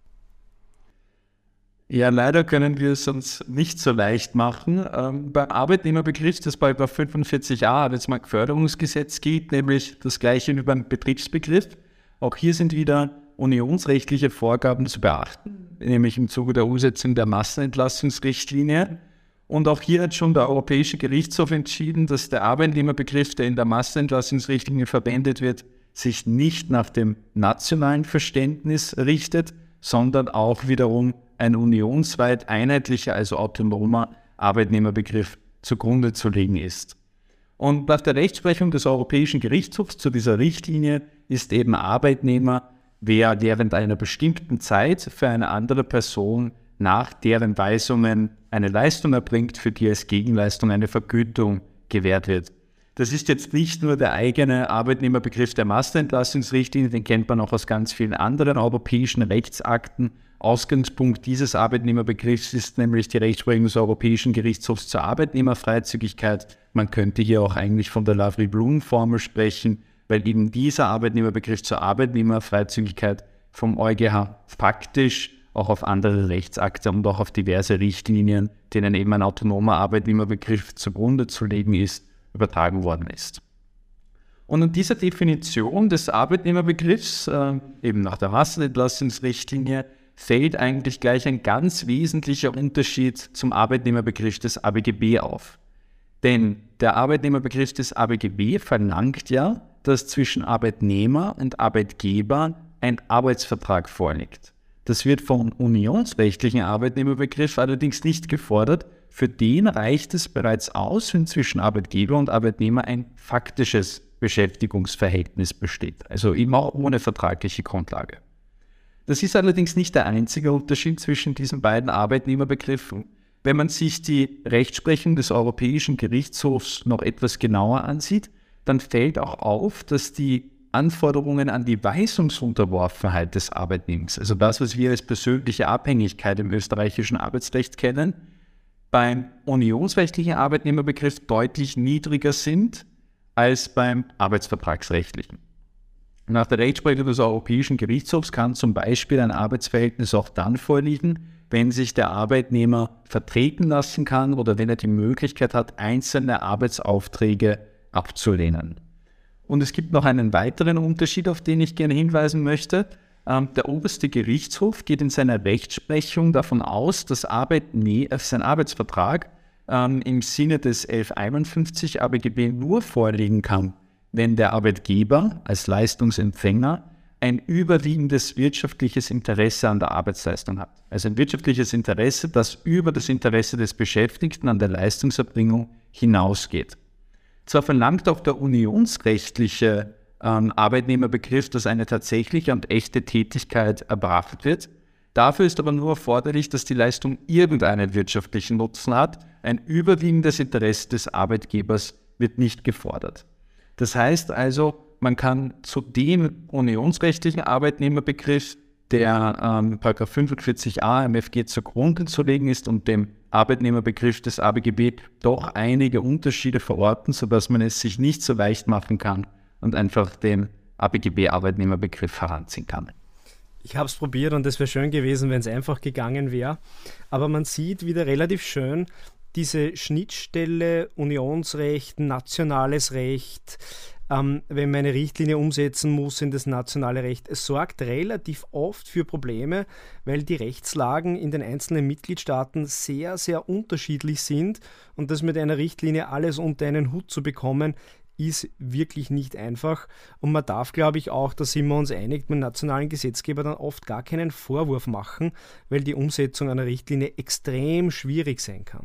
Ja, leider können wir es uns nicht so leicht machen. Beim Arbeitnehmerbegriff des § 45a Arbeitsmarktförderungsgesetz gilt nämlich das Gleiche wie beim Betriebsbegriff. Auch hier sind wieder unionsrechtliche Vorgaben zu beachten, nämlich im Zuge der Umsetzung der Massenentlassungsrichtlinie. Und auch hier hat schon der Europäische Gerichtshof entschieden, dass der Arbeitnehmerbegriff, der in der Massenentlassungsrichtlinie verwendet wird, sich nicht nach dem nationalen Verständnis richtet, sondern auch wiederum ein unionsweit einheitlicher, also autonomer Arbeitnehmerbegriff zugrunde zu legen ist. Und nach der Rechtsprechung des Europäischen Gerichtshofs zu dieser Richtlinie ist eben Arbeitnehmer, wer während einer bestimmten Zeit für eine andere Person nach deren Weisungen eine Leistung erbringt, für die als Gegenleistung eine Vergütung gewährt wird. Das ist jetzt nicht nur der eigene Arbeitnehmerbegriff der Massenentlassungsrichtlinie, den kennt man auch aus ganz vielen anderen europäischen Rechtsakten. Ausgangspunkt dieses Arbeitnehmerbegriffs ist nämlich die Rechtsprechung des Europäischen Gerichtshofs zur Arbeitnehmerfreizügigkeit. Man könnte hier auch eigentlich von der Lavry-Blum-Formel sprechen, weil eben dieser Arbeitnehmerbegriff zur Arbeitnehmerfreizügigkeit vom EuGH faktisch auch auf andere Rechtsakte und auch auf diverse Richtlinien, denen eben ein autonomer Arbeitnehmerbegriff zugrunde zu legen ist, übertragen worden ist. Und in dieser Definition des Arbeitnehmerbegriffs, eben nach der Massenentlassungsrichtlinie, fällt eigentlich gleich ein ganz wesentlicher Unterschied zum Arbeitnehmerbegriff des ABGB auf. Denn der Arbeitnehmerbegriff des ABGB verlangt ja, dass zwischen Arbeitnehmer und Arbeitgeber ein Arbeitsvertrag vorliegt. Das wird vom unionsrechtlichen Arbeitnehmerbegriff allerdings nicht gefordert. Für den reicht es bereits aus, wenn zwischen Arbeitgeber und Arbeitnehmer ein faktisches Beschäftigungsverhältnis besteht, also eben auch ohne vertragliche Grundlage. Das ist allerdings nicht der einzige Unterschied zwischen diesen beiden Arbeitnehmerbegriffen. Wenn man sich die Rechtsprechung des Europäischen Gerichtshofs noch etwas genauer ansieht, dann fällt auch auf, dass die Anforderungen an die Weisungsunterworfenheit des Arbeitnehmers, also das, was wir als persönliche Abhängigkeit im österreichischen Arbeitsrecht kennen, beim unionsrechtlichen Arbeitnehmerbegriff deutlich niedriger sind als beim arbeitsvertragsrechtlichen. Nach der Rechtsprechung des Europäischen Gerichtshofs kann zum Beispiel ein Arbeitsverhältnis auch dann vorliegen, wenn sich der Arbeitnehmer vertreten lassen kann oder wenn er die Möglichkeit hat, einzelne Arbeitsaufträge abzulehnen. Und es gibt noch einen weiteren Unterschied, auf den ich gerne hinweisen möchte. Der oberste Gerichtshof geht in seiner Rechtsprechung davon aus, dass sein Arbeitsvertrag im Sinne des 1151 ABGB nur vorliegen kann, wenn der Arbeitgeber als Leistungsempfänger ein überwiegendes wirtschaftliches Interesse an der Arbeitsleistung hat. Also ein wirtschaftliches Interesse, das über das Interesse des Beschäftigten an der Leistungserbringung hinausgeht. Zwar verlangt auch der unionsrechtliche Arbeitnehmerbegriff, dass eine tatsächliche und echte Tätigkeit erbracht wird. Dafür ist aber nur erforderlich, dass die Leistung irgendeinen wirtschaftlichen Nutzen hat. Ein überwiegendes Interesse des Arbeitgebers wird nicht gefordert. Das heißt also, man kann zu dem unionsrechtlichen Arbeitnehmerbegriff, der § 45a MFG zugrunde zu legen ist, und dem Arbeitnehmerbegriff des ABGB doch einige Unterschiede verorten, sodass man es sich nicht so leicht machen kann und einfach den ABGB-Arbeitnehmerbegriff heranziehen kann. Ich habe es probiert und es wäre schön gewesen, wenn es einfach gegangen wäre. Aber man sieht wieder relativ schön diese Schnittstelle Unionsrecht, nationales Recht, wenn man eine Richtlinie umsetzen muss in das nationale Recht. Es sorgt relativ oft für Probleme, weil die Rechtslagen in den einzelnen Mitgliedstaaten sehr, sehr unterschiedlich sind und das mit einer Richtlinie alles unter einen Hut zu bekommen, ist wirklich nicht einfach. Und man darf, glaube ich, auch, da sind wir uns einig, mit nationalen Gesetzgeber dann oft gar keinen Vorwurf machen, weil die Umsetzung einer Richtlinie extrem schwierig sein kann.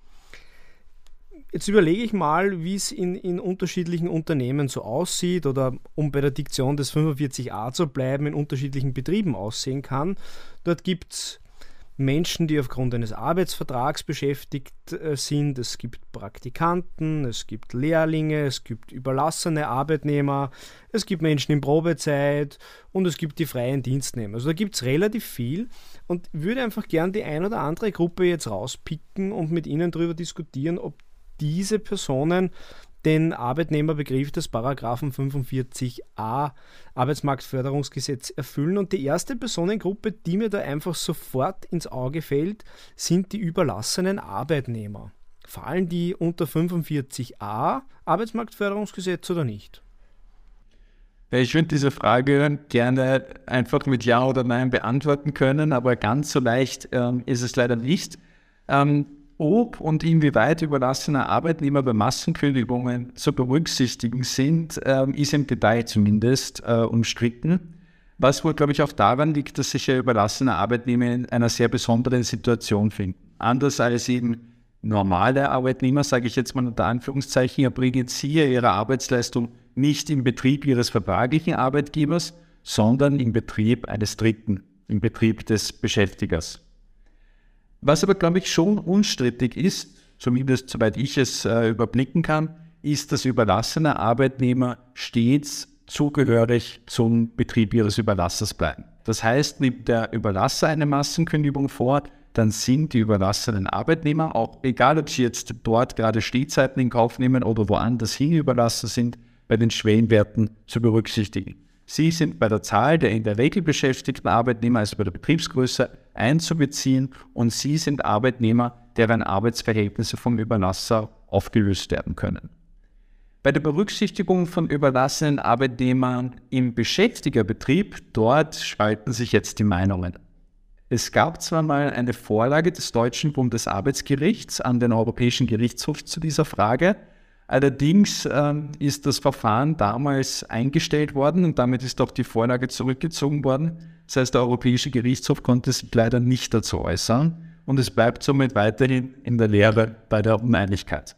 Jetzt überlege ich mal, wie es in unterschiedlichen Unternehmen so aussieht oder, um bei der Diktion des 45a zu bleiben, in unterschiedlichen Betrieben aussehen kann. Dort gibt es Menschen, die aufgrund eines Arbeitsvertrags beschäftigt sind, es gibt Praktikanten, es gibt Lehrlinge, es gibt überlassene Arbeitnehmer, es gibt Menschen in Probezeit und es gibt die freien Dienstnehmer. Also da gibt es relativ viel und würde einfach gern die ein oder andere Gruppe jetzt rauspicken und mit Ihnen darüber diskutieren, ob diese Personen den Arbeitnehmerbegriff des Paragraphen 45a Arbeitsmarktförderungsgesetz erfüllen. Und die erste Personengruppe, die mir da einfach sofort ins Auge fällt, sind die überlassenen Arbeitnehmer. Fallen die unter 45a Arbeitsmarktförderungsgesetz oder nicht? Ich würde diese Frage gerne einfach mit Ja oder Nein beantworten können, aber ganz so leicht ist es leider nicht. Ob und inwieweit überlassene Arbeitnehmer bei Massenkündigungen zu berücksichtigen sind, ist im Detail zumindest umstritten. Was wohl, glaube ich, auch daran liegt, dass sich ja überlassene Arbeitnehmer in einer sehr besonderen Situation finden. Anders als eben normale Arbeitnehmer, sage ich jetzt mal unter Anführungszeichen, erbringen sie ihre Arbeitsleistung nicht im Betrieb ihres vertraglichen Arbeitgebers, sondern im Betrieb eines Dritten, im Betrieb des Beschäftigers. Was aber, glaube ich, schon unstrittig ist, zumindest soweit ich es überblicken kann, ist, dass überlassene Arbeitnehmer stets zugehörig zum Betrieb ihres Überlassers bleiben. Das heißt, nimmt der Überlasser eine Massenkündigung vor, dann sind die überlassenen Arbeitnehmer, auch egal ob sie jetzt dort gerade Stehzeiten in Kauf nehmen oder woanders hin überlassen sind, bei den Schwellenwerten zu berücksichtigen. Sie sind bei der Zahl der in der Regel beschäftigten Arbeitnehmer, also bei der Betriebsgröße, einzubeziehen und sie sind Arbeitnehmer, deren Arbeitsverhältnisse vom Überlasser aufgelöst werden können. Bei der Berücksichtigung von überlassenen Arbeitnehmern im Beschäftigerbetrieb, dort spalten sich jetzt die Meinungen. Es gab zwar mal eine Vorlage des Deutschen Bundesarbeitsgerichts an den Europäischen Gerichtshof zu dieser Frage, allerdings ist das Verfahren damals eingestellt worden und damit ist auch die Vorlage zurückgezogen worden. Das heißt, der Europäische Gerichtshof konnte sich leider nicht dazu äußern und es bleibt somit weiterhin in der Lehre bei der Uneinigkeit.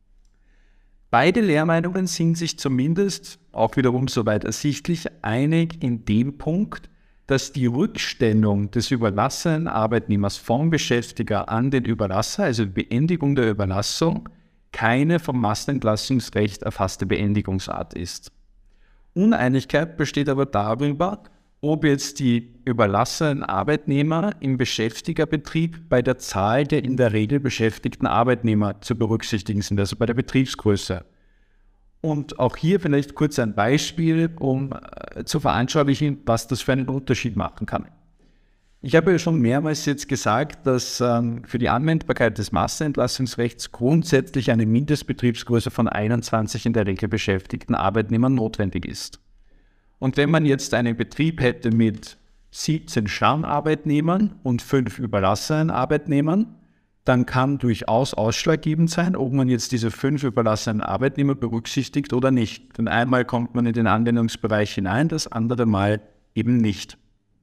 Beide Lehrmeinungen sind sich zumindest, auch wiederum soweit ersichtlich, einig in dem Punkt, dass die Rückstellung des überlassenen Arbeitnehmers vom Beschäftiger an den Überlasser, also die Beendigung der Überlassung, keine vom Massenentlassungsrecht erfasste Beendigungsart ist. Uneinigkeit besteht aber darüber, ob jetzt die überlassenen Arbeitnehmer im Beschäftigerbetrieb bei der Zahl der in der Regel beschäftigten Arbeitnehmer zu berücksichtigen sind, also bei der Betriebsgröße. Und auch hier vielleicht kurz ein Beispiel, um zu veranschaulichen, was das für einen Unterschied machen kann. Ich habe ja schon mehrmals jetzt gesagt, dass für die Anwendbarkeit des Massenentlassungsrechts grundsätzlich eine Mindestbetriebsgröße von 21 in der Regel beschäftigten Arbeitnehmern notwendig ist. Und wenn man jetzt einen Betrieb hätte mit 17 Stammarbeitnehmern und 5 überlassenen Arbeitnehmern, dann kann durchaus ausschlaggebend sein, ob man jetzt diese 5 überlassenen Arbeitnehmer berücksichtigt oder nicht. Denn einmal kommt man in den Anwendungsbereich hinein, das andere Mal eben nicht.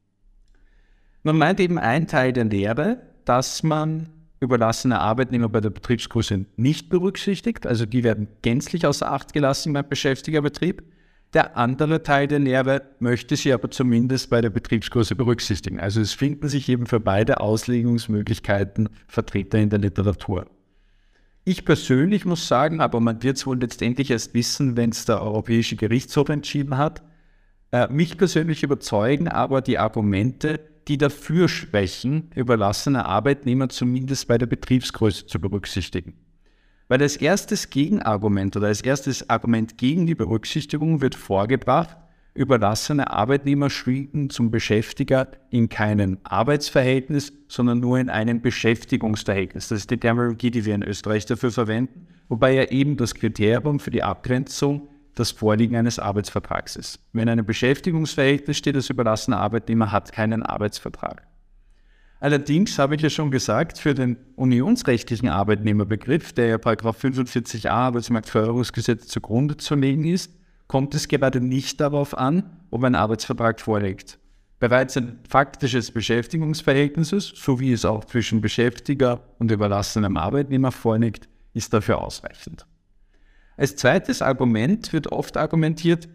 Man meint eben ein Teil der Lehre, dass man überlassene Arbeitnehmer bei der Betriebsgröße nicht berücksichtigt, also die werden gänzlich außer Acht gelassen beim Beschäftigerbetrieb. Der andere Teil der Lehre möchte sie aber zumindest bei der Betriebsgröße berücksichtigen. Also es finden sich eben für beide Auslegungsmöglichkeiten Vertreter in der Literatur. Ich persönlich muss sagen, aber man wird es wohl letztendlich erst wissen, wenn es der Europäische Gerichtshof entschieden hat, mich persönlich überzeugen aber die Argumente, die dafür sprechen, überlassene Arbeitnehmer zumindest bei der Betriebsgröße zu berücksichtigen. Weil als erstes Gegenargument oder als erstes Argument gegen die Berücksichtigung wird vorgebracht, überlassene Arbeitnehmer stehen zum Beschäftiger in keinem Arbeitsverhältnis, sondern nur in einem Beschäftigungsverhältnis. Das ist die Terminologie, die wir in Österreich dafür verwenden, wobei ja eben das Kriterium für die Abgrenzung das Vorliegen eines Arbeitsvertrags ist. Wenn ein Beschäftigungsverhältnis steht, das überlassene Arbeitnehmer hat keinen Arbeitsvertrag. Allerdings habe ich ja schon gesagt, für den unionsrechtlichen Arbeitnehmerbegriff, der ja § 45a Arbeitsmarktförderungsgesetz zugrunde zu legen ist, kommt es gerade nicht darauf an, ob ein Arbeitsvertrag vorliegt. Bereits ein faktisches Beschäftigungsverhältnis, so wie es auch zwischen Beschäftiger und überlassenem Arbeitnehmer vorliegt, ist dafür ausreichend. Als zweites Argument wird oft argumentiert,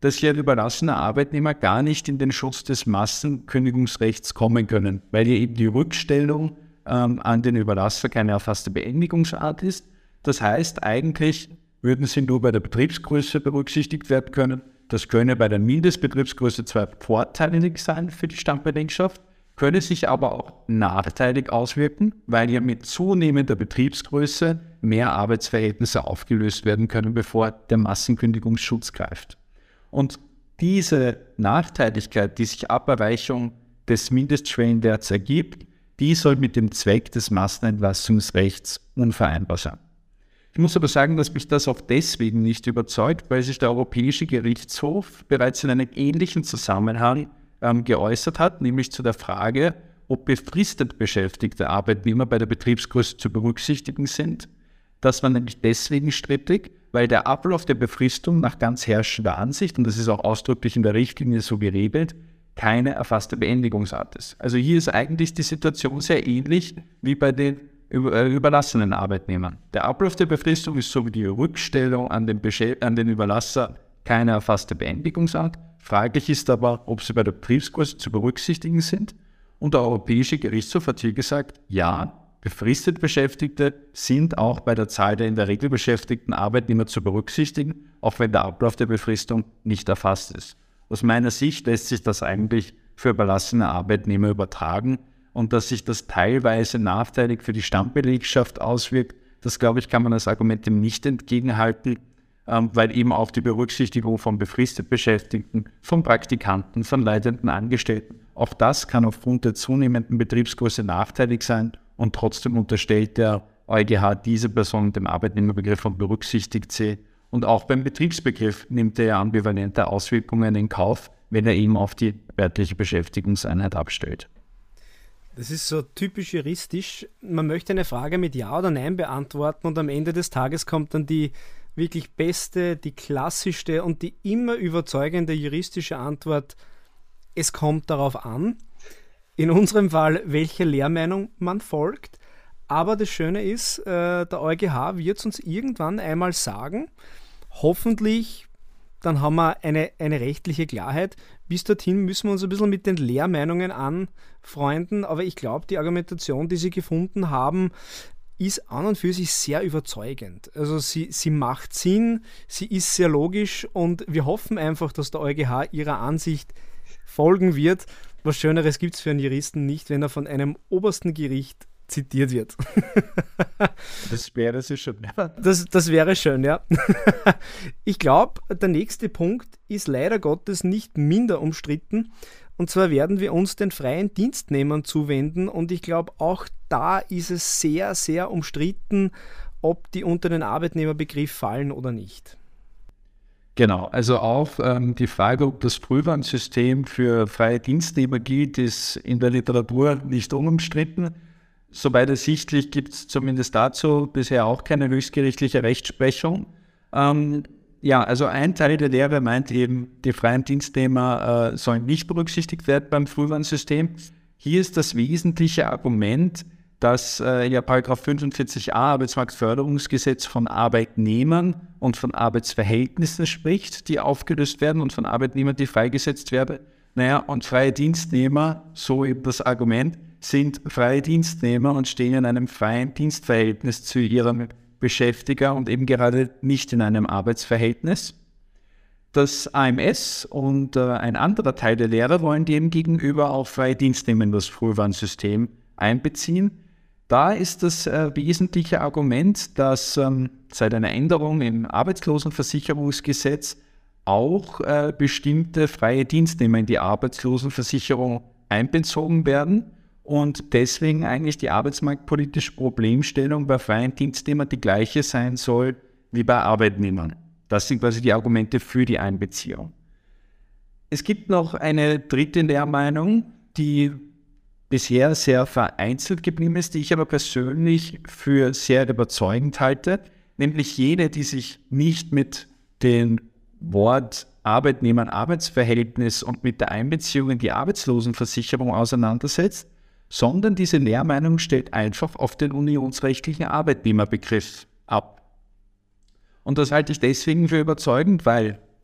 dass hier überlassene Arbeitnehmer gar nicht in den Schutz des Massenkündigungsrechts kommen können, weil hier eben die Rückstellung an den Überlasser keine erfasste Beendigungsart ist. Das heißt, eigentlich würden sie nur bei der Betriebsgröße berücksichtigt werden können. Das könne bei der Mindestbetriebsgröße zwar vorteilig sein für die Stammbelegschaft, könne sich aber auch nachteilig auswirken, weil ja mit zunehmender Betriebsgröße mehr Arbeitsverhältnisse aufgelöst werden können, bevor der Massenkündigungsschutz greift. Und diese Nachteiligkeit, die sich ab Erreichung des Mindestschwellenwerts ergibt, die soll mit dem Zweck des Massenentlassungsrechts unvereinbar sein. Ich muss aber sagen, dass mich das auch deswegen nicht überzeugt, weil sich der Europäische Gerichtshof bereits in einem ähnlichen Zusammenhang geäußert hat, nämlich zu der Frage, ob befristet beschäftigte Arbeitnehmer bei der Betriebsgröße zu berücksichtigen sind. Das war nämlich deswegen strittig, weil der Ablauf der Befristung nach ganz herrschender Ansicht, und das ist auch ausdrücklich in der Richtlinie so geregelt, keine erfasste Beendigungsart ist. Also hier ist eigentlich die Situation sehr ähnlich wie bei den überlassenen Arbeitnehmern. Der Ablauf der Befristung ist so wie die Rückstellung an den Überlasser keine erfasste Beendigungsart. Fraglich ist aber, ob sie bei der Betriebsgröße zu berücksichtigen sind. Und der Europäische Gerichtshof hat hier gesagt, ja, befristet Beschäftigte sind auch bei der Zahl der in der Regel beschäftigten Arbeitnehmer zu berücksichtigen, auch wenn der Ablauf der Befristung nicht erfasst ist. Aus meiner Sicht lässt sich das eigentlich für überlassene Arbeitnehmer übertragen. Und dass sich das teilweise nachteilig für die Stammbelegschaft auswirkt, das, glaube ich, kann man als Argument dem nicht entgegenhalten, weil eben auch die Berücksichtigung von befristet Beschäftigten, von Praktikanten, von leitenden Angestellten, auch das kann aufgrund der zunehmenden Betriebsgröße nachteilig sein und trotzdem unterstellt der EuGH diese Person dem Arbeitnehmerbegriff und berücksichtigt sie. Und auch beim Betriebsbegriff nimmt er ambivalente Auswirkungen in Kauf, wenn er eben auf die örtliche Beschäftigungseinheit abstellt. Das ist so typisch juristisch. Man möchte eine Frage mit Ja oder Nein beantworten und am Ende des Tages kommt dann die wirklich beste, die klassischste und die immer überzeugende juristische Antwort: Es kommt darauf an. In unserem Fall, welche Lehrmeinung man folgt. Aber das Schöne ist, der EuGH wird es uns irgendwann einmal sagen. Hoffentlich, dann haben wir eine rechtliche Klarheit. Bis dorthin müssen wir uns ein bisschen mit den Lehrmeinungen anfreunden. Aber ich glaube, die Argumentation, die Sie gefunden haben, ist an und für sich sehr überzeugend. Also sie macht Sinn, sie ist sehr logisch und wir hoffen einfach, dass der EuGH ihrer Ansicht folgen wird. Was Schöneres gibt es für einen Juristen nicht, wenn er von einem obersten Gericht zitiert wird. Das wäre so schön. Das wäre schön, ja. Ich glaube, der nächste Punkt ist leider Gottes nicht minder umstritten. Und zwar werden wir uns den freien Dienstnehmern zuwenden. Und ich glaube, auch da ist es sehr, sehr umstritten, ob die unter den Arbeitnehmerbegriff fallen oder nicht. Genau, also auch die Frage, ob das Frühwarnsystem für freie Dienstnehmer gilt, ist in der Literatur nicht unumstritten. Soweit ersichtlich gibt es zumindest dazu bisher auch keine höchstgerichtliche Rechtsprechung. Also ein Teil der Lehre meint eben, die freien Dienstnehmer sollen nicht berücksichtigt werden beim Frühwarnsystem. Hier ist das wesentliche Argument, dass § 45a Arbeitsmarktförderungsgesetz von Arbeitnehmern und von Arbeitsverhältnissen spricht, die aufgelöst werden und von Arbeitnehmern, die freigesetzt werden. Und freie Dienstnehmer, so eben das Argument, sind freie Dienstnehmer und stehen in einem freien Dienstverhältnis zu ihrem Beschäftiger und eben gerade nicht in einem Arbeitsverhältnis. Das AMS und ein anderer Teil der Lehre wollen demgegenüber auch freie Dienstnehmer in das Frühwarnsystem einbeziehen. Da ist das wesentliche Argument, dass seit einer Änderung im Arbeitslosenversicherungsgesetz auch bestimmte freie Dienstnehmer in die Arbeitslosenversicherung einbezogen werden und deswegen eigentlich die arbeitsmarktpolitische Problemstellung bei freien Dienstnehmern die gleiche sein soll wie bei Arbeitnehmern. Das sind quasi die Argumente für die Einbeziehung. Es gibt noch eine dritte Lehrmeinung, die bisher sehr vereinzelt geblieben ist, die ich aber persönlich für sehr überzeugend halte, nämlich jene, die sich nicht mit dem Wort Arbeitnehmer- Arbeitsverhältnis und mit der Einbeziehung in die Arbeitslosenversicherung auseinandersetzt, sondern diese Lehrmeinung stellt einfach auf den unionsrechtlichen Arbeitnehmerbegriff ab. Und das halte ich deswegen für überzeugend, weil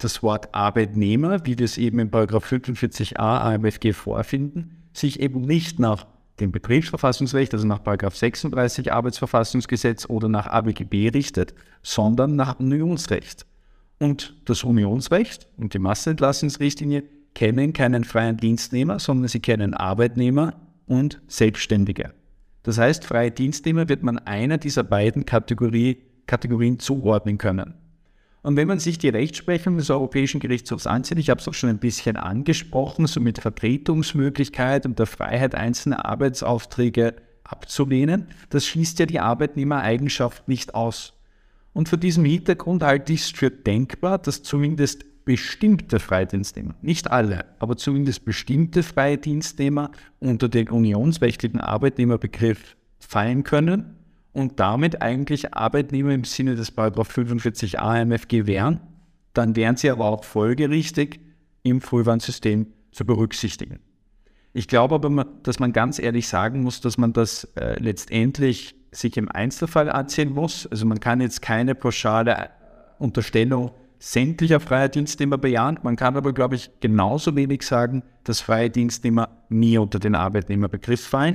das Wort Arbeitnehmer, wie wir es eben in § 45a AMFG vorfinden, sich eben nicht nach dem Betriebsverfassungsrecht, also nach § 36 Arbeitsverfassungsgesetz oder nach ABGB richtet, sondern nach Unionsrecht. Und das Unionsrecht und die Massenentlassungsrichtlinie kennen keinen freien Dienstnehmer, sondern sie kennen Arbeitnehmer und Selbstständige. Das heißt, freie Dienstnehmer wird man einer dieser beiden Kategorien zuordnen können. Und wenn man sich die Rechtsprechung des Europäischen Gerichtshofs ansieht, ich habe es auch schon ein bisschen angesprochen, so mit Vertretungsmöglichkeit und der Freiheit, einzelne Arbeitsaufträge abzulehnen, das schließt ja die Arbeitnehmereigenschaft nicht aus. Und vor diesem Hintergrund halte ich es für denkbar, dass zumindest bestimmte Freidienstnehmer, nicht alle, aber zumindest bestimmte Freidienstnehmer unter den unionsrechtlichen Arbeitnehmerbegriff fallen können und damit eigentlich Arbeitnehmer im Sinne des § 45a AMFG wären, dann wären sie aber auch folgerichtig im Frühwarnsystem zu berücksichtigen. Ich glaube aber, dass man ganz ehrlich sagen muss, dass man das letztendlich sich im Einzelfall ansehen muss. Also man kann jetzt keine pauschale Unterstellung sämtlicher freie Dienstnehmer bejahen. Man kann aber, glaube ich, genauso wenig sagen, dass freie Dienstnehmer nie unter den Arbeitnehmerbegriff fallen.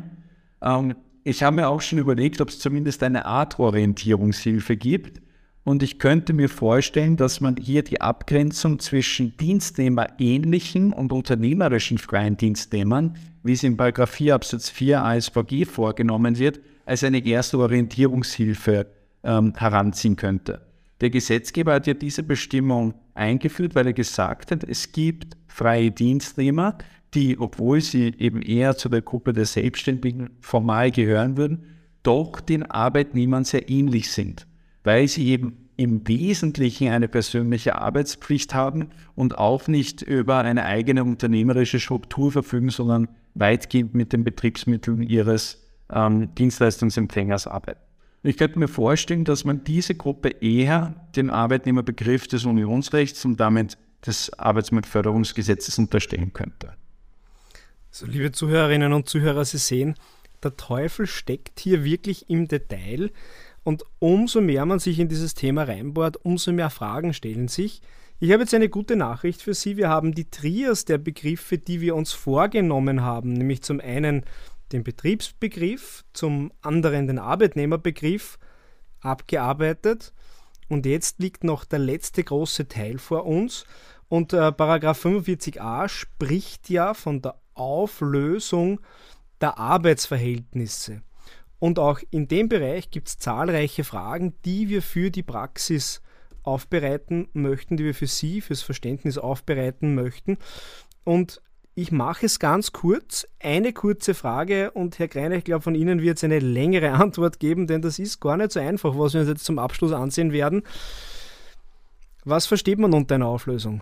Ich habe mir auch schon überlegt, ob es zumindest eine Art Orientierungshilfe gibt. Und ich könnte mir vorstellen, dass man hier die Abgrenzung zwischen dienstnehmerähnlichen und unternehmerischen freien Dienstnehmern, wie es in § 4 Absatz 4 ASVG vorgenommen wird, als eine erste Orientierungshilfe heranziehen könnte. Der Gesetzgeber hat ja diese Bestimmung eingeführt, weil er gesagt hat, es gibt freie Dienstnehmer, die, obwohl sie eben eher zu der Gruppe der Selbstständigen formal gehören würden, doch den Arbeitnehmern sehr ähnlich sind, weil sie eben im Wesentlichen eine persönliche Arbeitspflicht haben und auch nicht über eine eigene unternehmerische Struktur verfügen, sondern weitgehend mit den Betriebsmitteln ihres Dienstleistungsempfängers arbeiten. Ich könnte mir vorstellen, dass man diese Gruppe eher den Arbeitnehmerbegriff des Unionsrechts und damit des Arbeitsmarktförderungsgesetzes unterstellen könnte. So, liebe Zuhörerinnen und Zuhörer, Sie sehen, der Teufel steckt hier wirklich im Detail und umso mehr man sich in dieses Thema reinbohrt, umso mehr Fragen stellen sich. Ich habe jetzt eine gute Nachricht für Sie. Wir haben die Trias der Begriffe, die wir uns vorgenommen haben, nämlich zum einen den Betriebsbegriff, zum anderen den Arbeitnehmerbegriff abgearbeitet. Und jetzt liegt noch der letzte große Teil vor uns. Und Paragraph 45a spricht ja von der Auflösung der Arbeitsverhältnisse. Und auch in dem Bereich gibt es zahlreiche Fragen, die wir für die Praxis aufbereiten möchten, die wir für Sie, fürs Verständnis aufbereiten möchten. Und ich mache es ganz kurz, eine kurze Frage und Herr Greiner, ich glaube, von Ihnen wird es eine längere Antwort geben, denn das ist gar nicht so einfach, was wir uns jetzt zum Abschluss ansehen werden. Was versteht man unter einer Auflösung?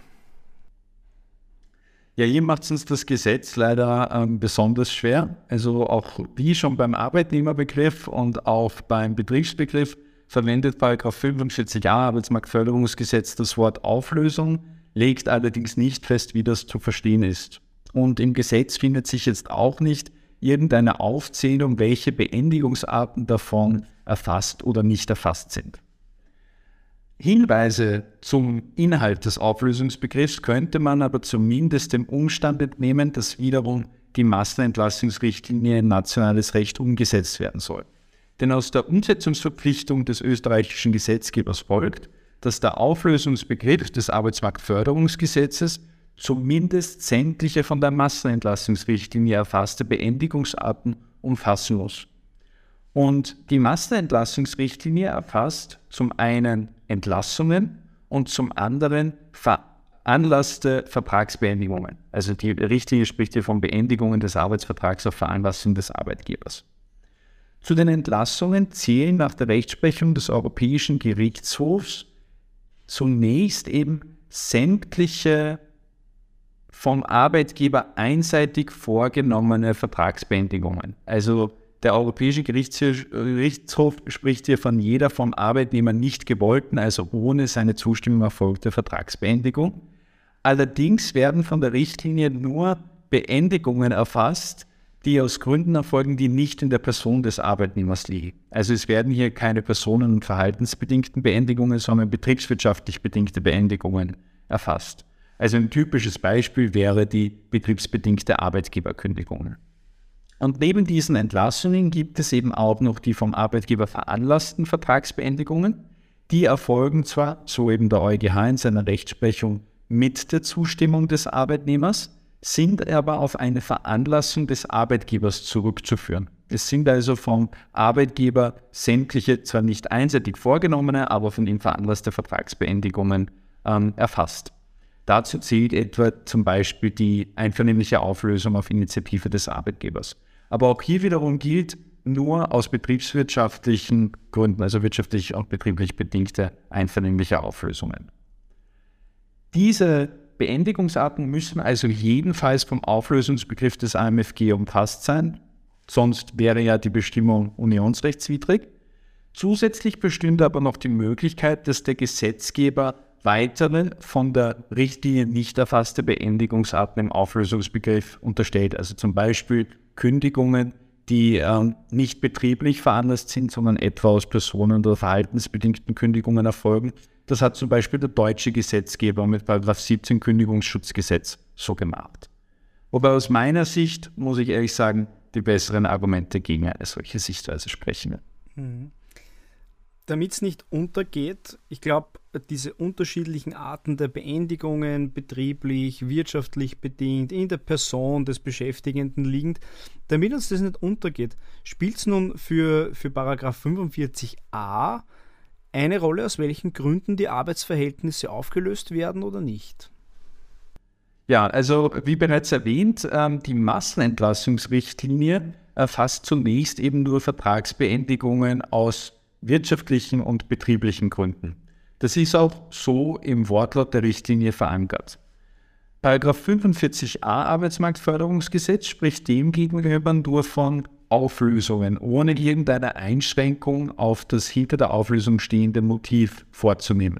Ja, hier macht es uns das Gesetz leider besonders schwer. Also auch wie schon beim Arbeitnehmerbegriff und auch beim Betriebsbegriff verwendet § 45a Arbeitsmarktförderungsgesetz das Wort Auflösung, legt allerdings nicht fest, wie das zu verstehen ist. Und im Gesetz findet sich jetzt auch nicht irgendeine Aufzählung, welche Beendigungsarten davon erfasst oder nicht erfasst sind. Hinweise zum Inhalt des Auflösungsbegriffs könnte man aber zumindest dem Umstand entnehmen, dass wiederum die Massenentlassungsrichtlinie in nationales Recht umgesetzt werden soll. Denn aus der Umsetzungsverpflichtung des österreichischen Gesetzgebers folgt, dass der Auflösungsbegriff des Arbeitsmarktförderungsgesetzes zumindest sämtliche von der Massenentlassungsrichtlinie erfasste Beendigungsarten umfassen muss. Und die Massenentlassungsrichtlinie erfasst zum einen Entlassungen und zum anderen veranlasste Vertragsbeendigungen. Also die Richtlinie spricht hier von Beendigungen des Arbeitsvertrags auf Veranlassung des Arbeitgebers. Zu den Entlassungen zählen nach der Rechtsprechung des Europäischen Gerichtshofs zunächst eben sämtliche vom Arbeitgeber einseitig vorgenommene Vertragsbeendigungen. Also der Europäische Gerichtshof spricht hier von jeder vom Arbeitnehmer nicht gewollten, also ohne seine Zustimmung erfolgte Vertragsbeendigung. Allerdings werden von der Richtlinie nur Beendigungen erfasst, die aus Gründen erfolgen, die nicht in der Person des Arbeitnehmers liegen. Also es werden hier keine personen- und verhaltensbedingten Beendigungen, sondern betriebswirtschaftlich bedingte Beendigungen erfasst. Also ein typisches Beispiel wäre die betriebsbedingte Arbeitgeberkündigung. Und neben diesen Entlassungen gibt es eben auch noch die vom Arbeitgeber veranlassten Vertragsbeendigungen. Die erfolgen zwar, so eben der EuGH in seiner Rechtsprechung, mit der Zustimmung des Arbeitnehmers, sind aber auf eine Veranlassung des Arbeitgebers zurückzuführen. Es sind also vom Arbeitgeber sämtliche, zwar nicht einseitig vorgenommene, aber von ihm veranlasste Vertragsbeendigungen erfasst. Dazu zählt etwa zum Beispiel die einvernehmliche Auflösung auf Initiative des Arbeitgebers. Aber auch hier wiederum gilt nur aus betriebswirtschaftlichen Gründen, also wirtschaftlich und betrieblich bedingte einvernehmliche Auflösungen. Diese Beendigungsarten müssen also jedenfalls vom Auflösungsbegriff des AMFG umfasst sein, sonst wäre ja die Bestimmung unionsrechtswidrig. Zusätzlich bestünde aber noch die Möglichkeit, dass der Gesetzgeber weitere von der Richtlinie nicht erfasste Beendigungsarten im Auflösungsbegriff unterstellt, also zum Beispiel Kündigungen, die nicht betrieblich veranlasst sind, sondern etwa aus personen- oder verhaltensbedingten Kündigungen erfolgen. Das hat zum Beispiel der deutsche Gesetzgeber mit § 17 Kündigungsschutzgesetz so gemacht. Wobei aus meiner Sicht, muss ich ehrlich sagen, die besseren Argumente gegen eine solche Sichtweise sprechen. Damit es nicht untergeht, ich glaube, diese unterschiedlichen Arten der Beendigungen, betrieblich, wirtschaftlich bedingt, in der Person des Beschäftigenden liegend, damit uns das nicht untergeht, spielt es nun für § 45a eine Rolle, aus welchen Gründen die Arbeitsverhältnisse aufgelöst werden oder nicht? Ja, also wie bereits erwähnt, die Massenentlassungsrichtlinie erfasst zunächst eben nur Vertragsbeendigungen aus wirtschaftlichen und betrieblichen Gründen. Das ist auch so im Wortlaut der Richtlinie verankert. § 45a Arbeitsmarktförderungsgesetz spricht demgegenüber nur von Auflösungen, ohne irgendeine Einschränkung auf das hinter der Auflösung stehende Motiv vorzunehmen.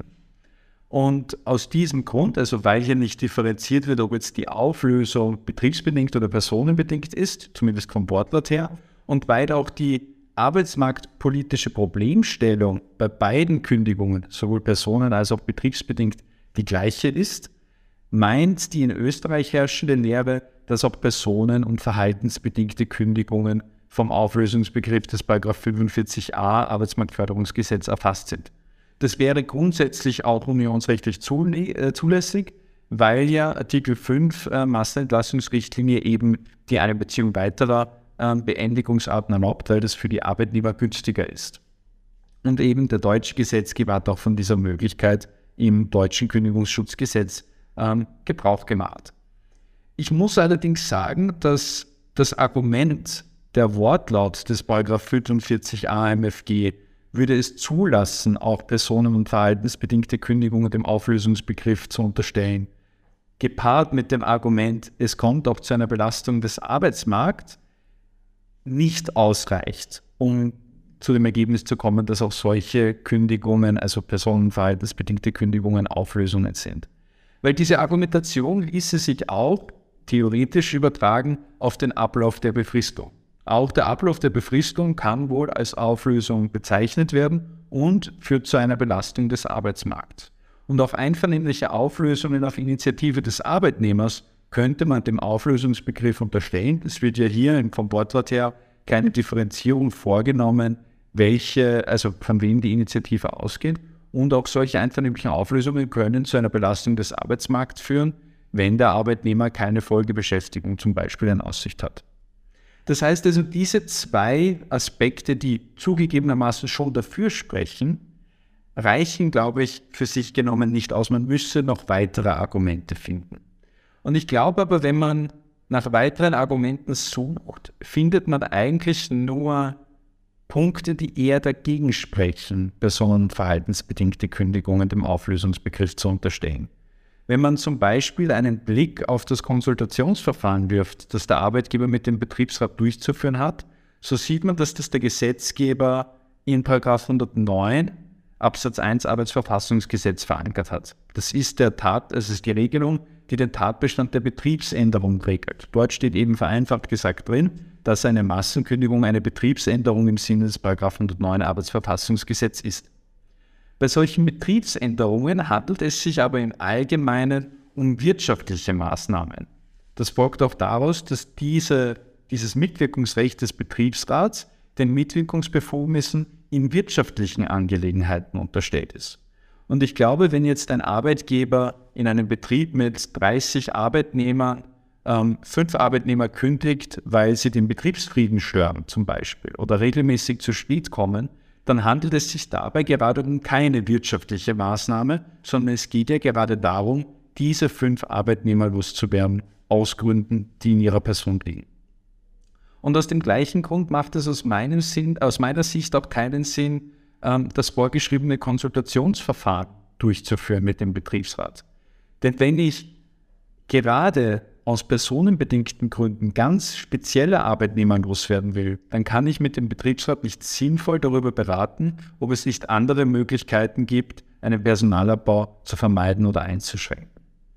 Und aus diesem Grund, also weil hier nicht differenziert wird, ob jetzt die Auflösung betriebsbedingt oder personenbedingt ist, zumindest vom Wortlaut her, und weil auch die arbeitsmarktpolitische Problemstellung bei beiden Kündigungen, sowohl personen- als auch betriebsbedingt, die gleiche ist, meint die in Österreich herrschende Lehre, dass auch personen- und verhaltensbedingte Kündigungen vom Auflösungsbegriff des § 45a Arbeitsmarktförderungsgesetz erfasst sind. Das wäre grundsätzlich auch unionsrechtlich zulässig, weil ja Artikel 5 Massenentlassungsrichtlinie eben die Einbeziehung weiterer Beendigungsarten erlaubt, weil das für die Arbeitnehmer günstiger ist. Und eben der deutsche Gesetzgeber hat auch von dieser Möglichkeit im deutschen Kündigungsschutzgesetz Gebrauch gemacht. Ich muss allerdings sagen, dass das Argument, der Wortlaut des § 45a AMFG würde es zulassen, auch personen- und verhaltensbedingte Kündigungen dem Auflösungsbegriff zu unterstellen, gepaart mit dem Argument, es kommt auch zu einer Belastung des Arbeitsmarkts, nicht ausreicht, um zu dem Ergebnis zu kommen, dass auch solche Kündigungen, also personen- und verhaltensbedingte Kündigungen, Auflösungen sind. Weil diese Argumentation ließe sich auch theoretisch übertragen auf den Ablauf der Befristung. Auch der Ablauf der Befristung kann wohl als Auflösung bezeichnet werden und führt zu einer Belastung des Arbeitsmarkts. Und auf einvernehmliche Auflösungen auf Initiative des Arbeitnehmers könnte man dem Auflösungsbegriff unterstellen. Es wird ja hier vom Wortlaut her keine Differenzierung vorgenommen, also von wem die Initiative ausgeht. Und auch solche einvernehmlichen Auflösungen können zu einer Belastung des Arbeitsmarkts führen, wenn der Arbeitnehmer keine Folgebeschäftigung zum Beispiel in Aussicht hat. Das heißt also, diese zwei Aspekte, die zugegebenermaßen schon dafür sprechen, reichen, glaube ich, für sich genommen nicht aus. Man müsse noch weitere Argumente finden. Und ich glaube aber, wenn man nach weiteren Argumenten sucht, findet man eigentlich nur Punkte, die eher dagegen sprechen, personen- und verhaltensbedingte Kündigungen dem Auflösungsbegriff zu unterstellen. Wenn man zum Beispiel einen Blick auf das Konsultationsverfahren wirft, das der Arbeitgeber mit dem Betriebsrat durchzuführen hat, so sieht man, dass das der Gesetzgeber in § 109 Absatz 1 Arbeitsverfassungsgesetz verankert hat. Das ist die Regelung, die den Tatbestand der Betriebsänderung regelt. Dort steht eben vereinfacht gesagt drin, dass eine Massenkündigung eine Betriebsänderung im Sinne des § 109 Arbeitsverfassungsgesetz ist. Bei solchen Betriebsänderungen handelt es sich aber im Allgemeinen um wirtschaftliche Maßnahmen. Das folgt auch daraus, dass dieses Mitwirkungsrecht des Betriebsrats den Mitwirkungsbefugnissen in wirtschaftlichen Angelegenheiten unterstellt ist. Und ich glaube, wenn jetzt ein Arbeitgeber in einem Betrieb mit 30 Arbeitnehmern 5 Arbeitnehmer kündigt, weil sie den Betriebsfrieden stören zum Beispiel oder regelmäßig zu spät kommen, dann handelt es sich dabei gerade um keine wirtschaftliche Maßnahme, sondern es geht ja gerade darum, diese 5 Arbeitnehmer loszuwerden aus Gründen, die in ihrer Person liegen. Und aus dem gleichen Grund macht es aus meiner Sicht auch keinen Sinn, das vorgeschriebene Konsultationsverfahren durchzuführen mit dem Betriebsrat. Denn wenn ich gerade aus personenbedingten Gründen ganz spezielle Arbeitnehmer loswerden will, dann kann ich mit dem Betriebsrat nicht sinnvoll darüber beraten, ob es nicht andere Möglichkeiten gibt, einen Personalabbau zu vermeiden oder einzuschränken.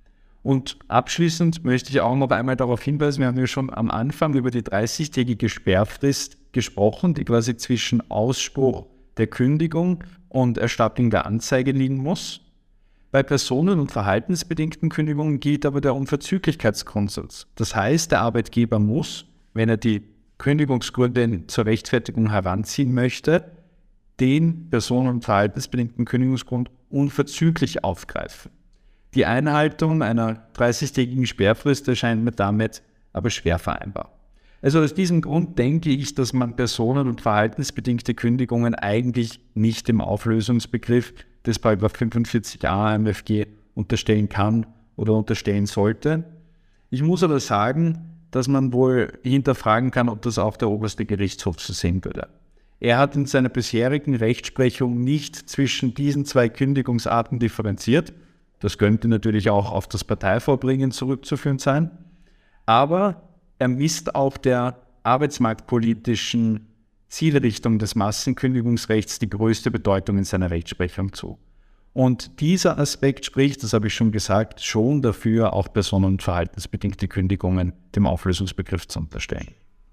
Und abschließend möchte ich auch noch einmal darauf hinweisen, wir haben ja schon am Anfang über die 30-tägige Sperrfrist gesprochen, die quasi zwischen Ausspruch der Kündigung und Erstattung der Anzeige liegen muss. Bei personen- und verhaltensbedingten Kündigungen gilt aber der Unverzüglichkeitsgrundsatz. Das heißt, der Arbeitgeber muss, wenn er die Kündigungsgründe zur Rechtfertigung heranziehen möchte, den personen- und verhaltensbedingten Kündigungsgrund unverzüglich aufgreifen. Die Einhaltung einer 30-tägigen Sperrfrist erscheint mir damit aber schwer vereinbar. Also aus diesem Grund denke ich, dass man personen- und verhaltensbedingte Kündigungen eigentlich nicht dem Auflösungsbegriff des § 45a MFG unterstellen kann oder unterstellen sollte. Ich muss aber sagen, dass man wohl hinterfragen kann, ob das auch der oberste Gerichtshof so sehen würde. Er hat in seiner bisherigen Rechtsprechung nicht zwischen diesen 2 Kündigungsarten differenziert. Das könnte natürlich auch auf das Parteivorbringen zurückzuführen sein. Aber er misst auch der arbeitsmarktpolitischen Zielrichtung des Massenkündigungsrechts die größte Bedeutung in seiner Rechtsprechung zu. Und dieser Aspekt spricht, das habe ich schon gesagt, schon dafür, auch personen- und verhaltensbedingte Kündigungen dem Auflösungsbegriff zu unterstellen.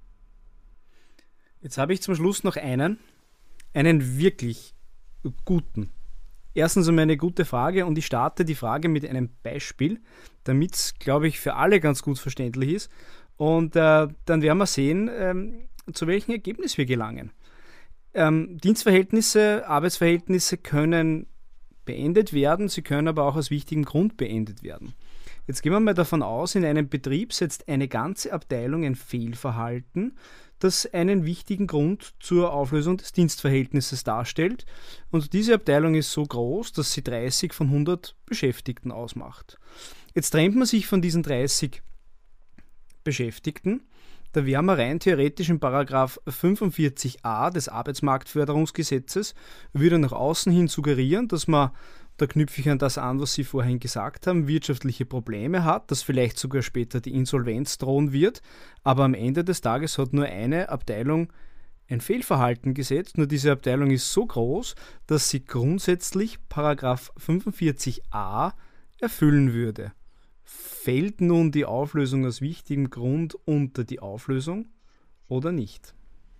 Jetzt habe ich zum Schluss noch einen wirklich guten. Erstens einmal eine gute Frage und ich starte die Frage mit einem Beispiel, damit es, glaube ich, für alle ganz gut verständlich ist. Und dann werden wir sehen, zu welchem Ergebnis wir gelangen. Dienstverhältnisse, Arbeitsverhältnisse können beendet werden, sie können aber auch aus wichtigem Grund beendet werden. Jetzt gehen wir mal davon aus, in einem Betrieb setzt eine ganze Abteilung ein Fehlverhalten, das einen wichtigen Grund zur Auflösung des Dienstverhältnisses darstellt. Und diese Abteilung ist so groß, dass sie 30 von 100 Beschäftigten ausmacht. Jetzt trennt man sich von diesen 30 Beschäftigten. Da wären wir rein theoretisch in § 45a des Arbeitsmarktförderungsgesetzes, würde nach außen hin suggerieren, dass man, da knüpfe ich an das an, was Sie vorhin gesagt haben, wirtschaftliche Probleme hat, dass vielleicht sogar später die Insolvenz drohen wird, aber am Ende des Tages hat nur eine Abteilung ein Fehlverhalten gesetzt, nur diese Abteilung ist so groß, dass sie grundsätzlich § 45a erfüllen würde. Fällt nun die Auflösung aus wichtigem Grund unter die Auflösung oder nicht?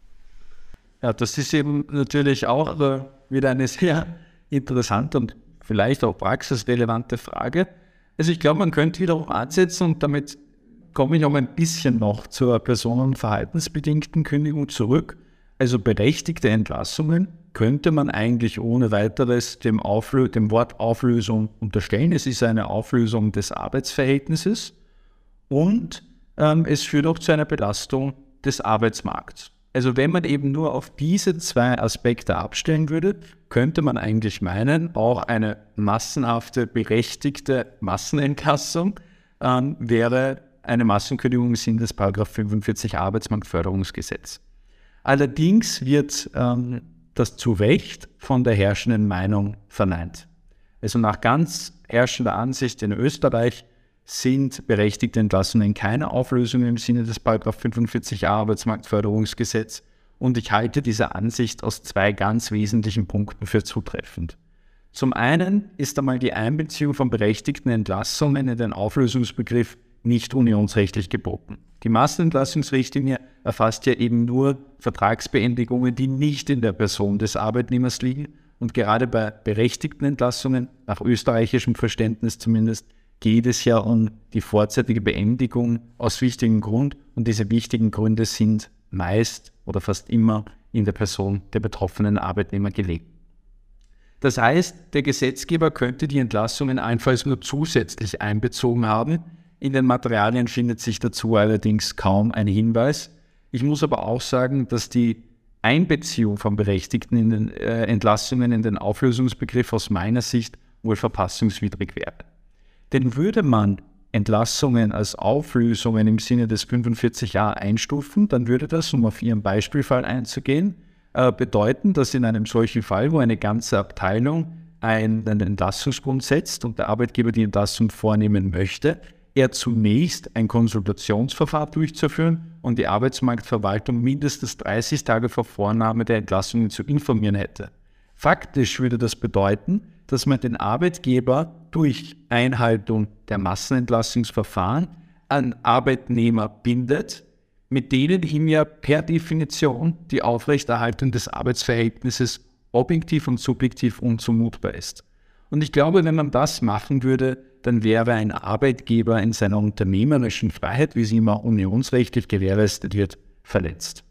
Ja, das ist eben natürlich auch wieder eine sehr interessante und vielleicht auch praxisrelevante Frage. Also ich glaube, man könnte wieder auch ansetzen und damit komme ich auch ein bisschen noch zur personen- und verhaltensbedingten Kündigung zurück. Also berechtigte Entlassungen könnte man eigentlich ohne weiteres dem Wort Auflösung unterstellen. Es ist eine Auflösung des Arbeitsverhältnisses und es führt auch zu einer Belastung des Arbeitsmarkts. Also wenn man eben nur auf diese 2 Aspekte abstellen würde, könnte man eigentlich meinen, auch eine massenhafte, berechtigte Massenentlassung wäre eine Massenkündigung im Sinne des § 45 Arbeitsmarktförderungsgesetz. Allerdings wird das zu Recht von der herrschenden Meinung verneint. Also nach ganz herrschender Ansicht in Österreich sind berechtigte Entlassungen keine Auflösung im Sinne des § 45a Arbeitsmarktförderungsgesetz und ich halte diese Ansicht aus 2 ganz wesentlichen Punkten für zutreffend. Zum einen ist einmal die Einbeziehung von berechtigten Entlassungen in den Auflösungsbegriff nicht unionsrechtlich geboten. Die Massenentlassungsrichtlinie erfasst ja eben nur Vertragsbeendigungen, die nicht in der Person des Arbeitnehmers liegen Und gerade bei berechtigten Entlassungen, nach österreichischem Verständnis zumindest, geht es ja um die vorzeitige Beendigung aus wichtigen Grund. Und diese wichtigen Gründe sind meist oder fast immer in der Person der betroffenen Arbeitnehmer gelegen. Das heißt, der Gesetzgeber könnte die Entlassungen allenfalls nur zusätzlich einbezogen haben. In den Materialien findet sich dazu allerdings kaum ein Hinweis. Ich muss aber auch sagen, dass die Einbeziehung von Berechtigten in den Entlassungen in den Auflösungsbegriff aus meiner Sicht wohl verfassungswidrig wäre. Denn würde man Entlassungen als Auflösungen im Sinne des 45a einstufen, dann würde das, um auf Ihren Beispielfall einzugehen, bedeuten, dass in einem solchen Fall, wo eine ganze Abteilung einen Entlassungsgrund setzt und der Arbeitgeber die Entlassung vornehmen möchte, er zunächst ein Konsultationsverfahren durchzuführen und die Arbeitsmarktverwaltung mindestens 30 Tage vor Vornahme der Entlassungen zu informieren hätte. Faktisch würde das bedeuten, dass man den Arbeitgeber durch Einhaltung der Massenentlassungsverfahren an Arbeitnehmer bindet, mit denen ihm ja per Definition die Aufrechterhaltung des Arbeitsverhältnisses objektiv und subjektiv unzumutbar ist. Und ich glaube, wenn man das machen würde, dann wäre ein Arbeitgeber in seiner unternehmerischen Freiheit, wie sie immer unionsrechtlich gewährleistet wird, verletzt.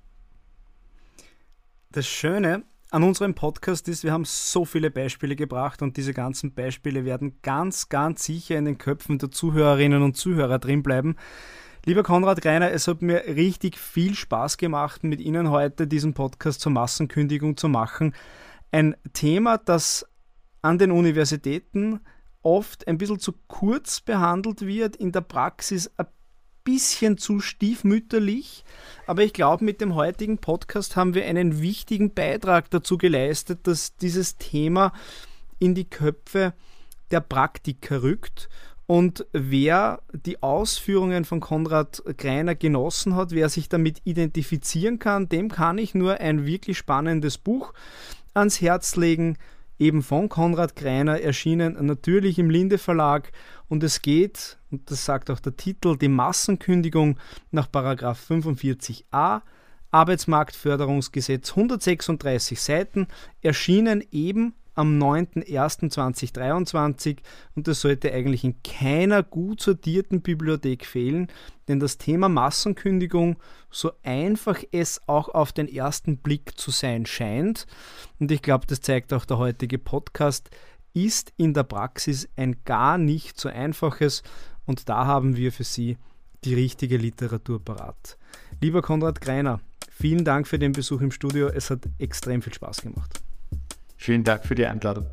Das Schöne an unserem Podcast ist, wir haben so viele Beispiele gebracht und diese ganzen Beispiele werden ganz, ganz sicher in den Köpfen der Zuhörerinnen und Zuhörer drin bleiben. Lieber Konrad Greiner, es hat mir richtig viel Spaß gemacht, mit Ihnen heute diesen Podcast zur Massenkündigung zu machen. Ein Thema, das an den Universitäten oft ein bisschen zu kurz behandelt wird, in der Praxis ein bisschen zu stiefmütterlich, aber ich glaube, mit dem heutigen Podcast haben wir einen wichtigen Beitrag dazu geleistet, dass dieses Thema in die Köpfe der Praktiker rückt. Und wer die Ausführungen von Konrad Greiner genossen hat, wer sich damit identifizieren kann, dem kann ich nur ein wirklich spannendes Buch ans Herz legen, eben von Konrad Greiner, erschienen natürlich im Linde Verlag. Und es geht, und das sagt auch der Titel, die Massenkündigung nach § 45a, Arbeitsmarktförderungsgesetz, 136 Seiten, erschienen eben am 9.01.2023 und das sollte eigentlich in keiner gut sortierten Bibliothek fehlen, denn das Thema Massenkündigung, so einfach es auch auf den ersten Blick zu sein scheint, und ich glaube, das zeigt auch der heutige Podcast, ist in der Praxis ein gar nicht so einfaches, und da haben wir für Sie die richtige Literatur parat. Lieber Konrad Greiner, vielen Dank für den Besuch im Studio, es hat extrem viel Spaß gemacht. Vielen Dank für die Einladung.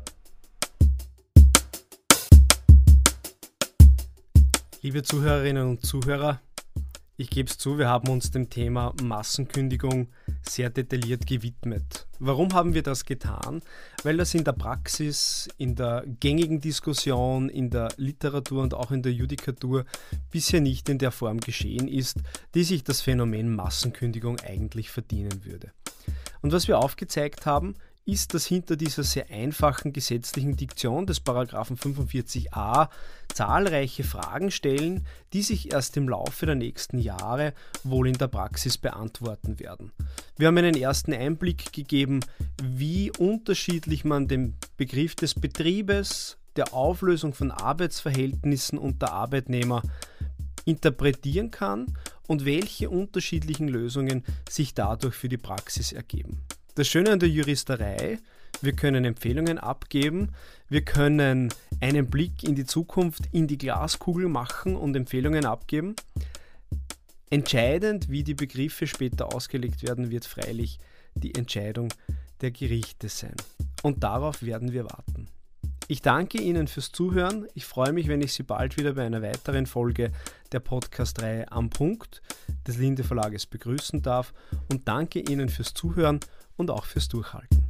Liebe Zuhörerinnen und Zuhörer, ich gebe es zu, wir haben uns dem Thema Massenkündigung sehr detailliert gewidmet. Warum haben wir das getan? Weil das in der Praxis, in der gängigen Diskussion, in der Literatur und auch in der Judikatur bisher nicht in der Form geschehen ist, die sich das Phänomen Massenkündigung eigentlich verdienen würde. Und was wir aufgezeigt haben, ist, dass hinter dieser sehr einfachen gesetzlichen Diktion des Paragraphen 45a zahlreiche Fragen stellen, die sich erst im Laufe der nächsten Jahre wohl in der Praxis beantworten werden. Wir haben einen ersten Einblick gegeben, wie unterschiedlich man den Begriff des Betriebes, der Auflösung von Arbeitsverhältnissen unter Arbeitnehmer interpretieren kann und welche unterschiedlichen Lösungen sich dadurch für die Praxis ergeben. Das Schöne an der Juristerei, wir können Empfehlungen abgeben, wir können einen Blick in die Zukunft, in die Glaskugel machen und Empfehlungen abgeben. Entscheidend, wie die Begriffe später ausgelegt werden, wird freilich die Entscheidung der Gerichte sein. Und darauf werden wir warten. Ich danke Ihnen fürs Zuhören. Ich freue mich, wenn ich Sie bald wieder bei einer weiteren Folge der Podcast-Reihe Am Punkt des Linde Verlages begrüßen darf und danke Ihnen fürs Zuhören und auch fürs Durchhalten.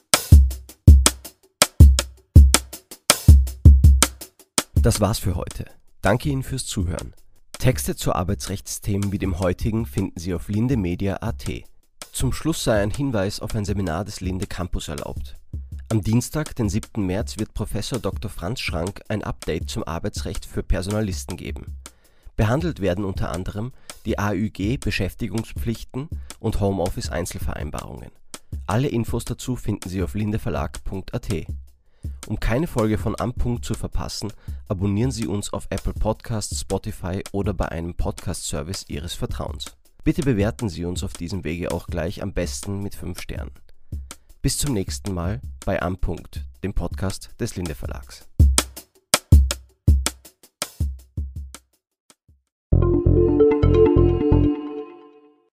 Das war's für heute. Danke Ihnen fürs Zuhören. Texte zu Arbeitsrechtsthemen wie dem heutigen finden Sie auf lindemedia.at. Zum Schluss sei ein Hinweis auf ein Seminar des Linde Campus erlaubt. Am Dienstag, den 7. März, wird Prof. Dr. Franz Schrank ein Update zum Arbeitsrecht für Personalisten geben. Behandelt werden unter anderem die AÜG Beschäftigungspflichten und Homeoffice-Einzelvereinbarungen. Alle Infos dazu finden Sie auf lindeverlag.at. Um keine Folge von Am Punkt zu verpassen, abonnieren Sie uns auf Apple Podcasts, Spotify oder bei einem Podcast-Service Ihres Vertrauens. Bitte bewerten Sie uns auf diesem Wege auch gleich, am besten mit 5 Sternen. Bis zum nächsten Mal bei Am Punkt, dem Podcast des Linde Verlags.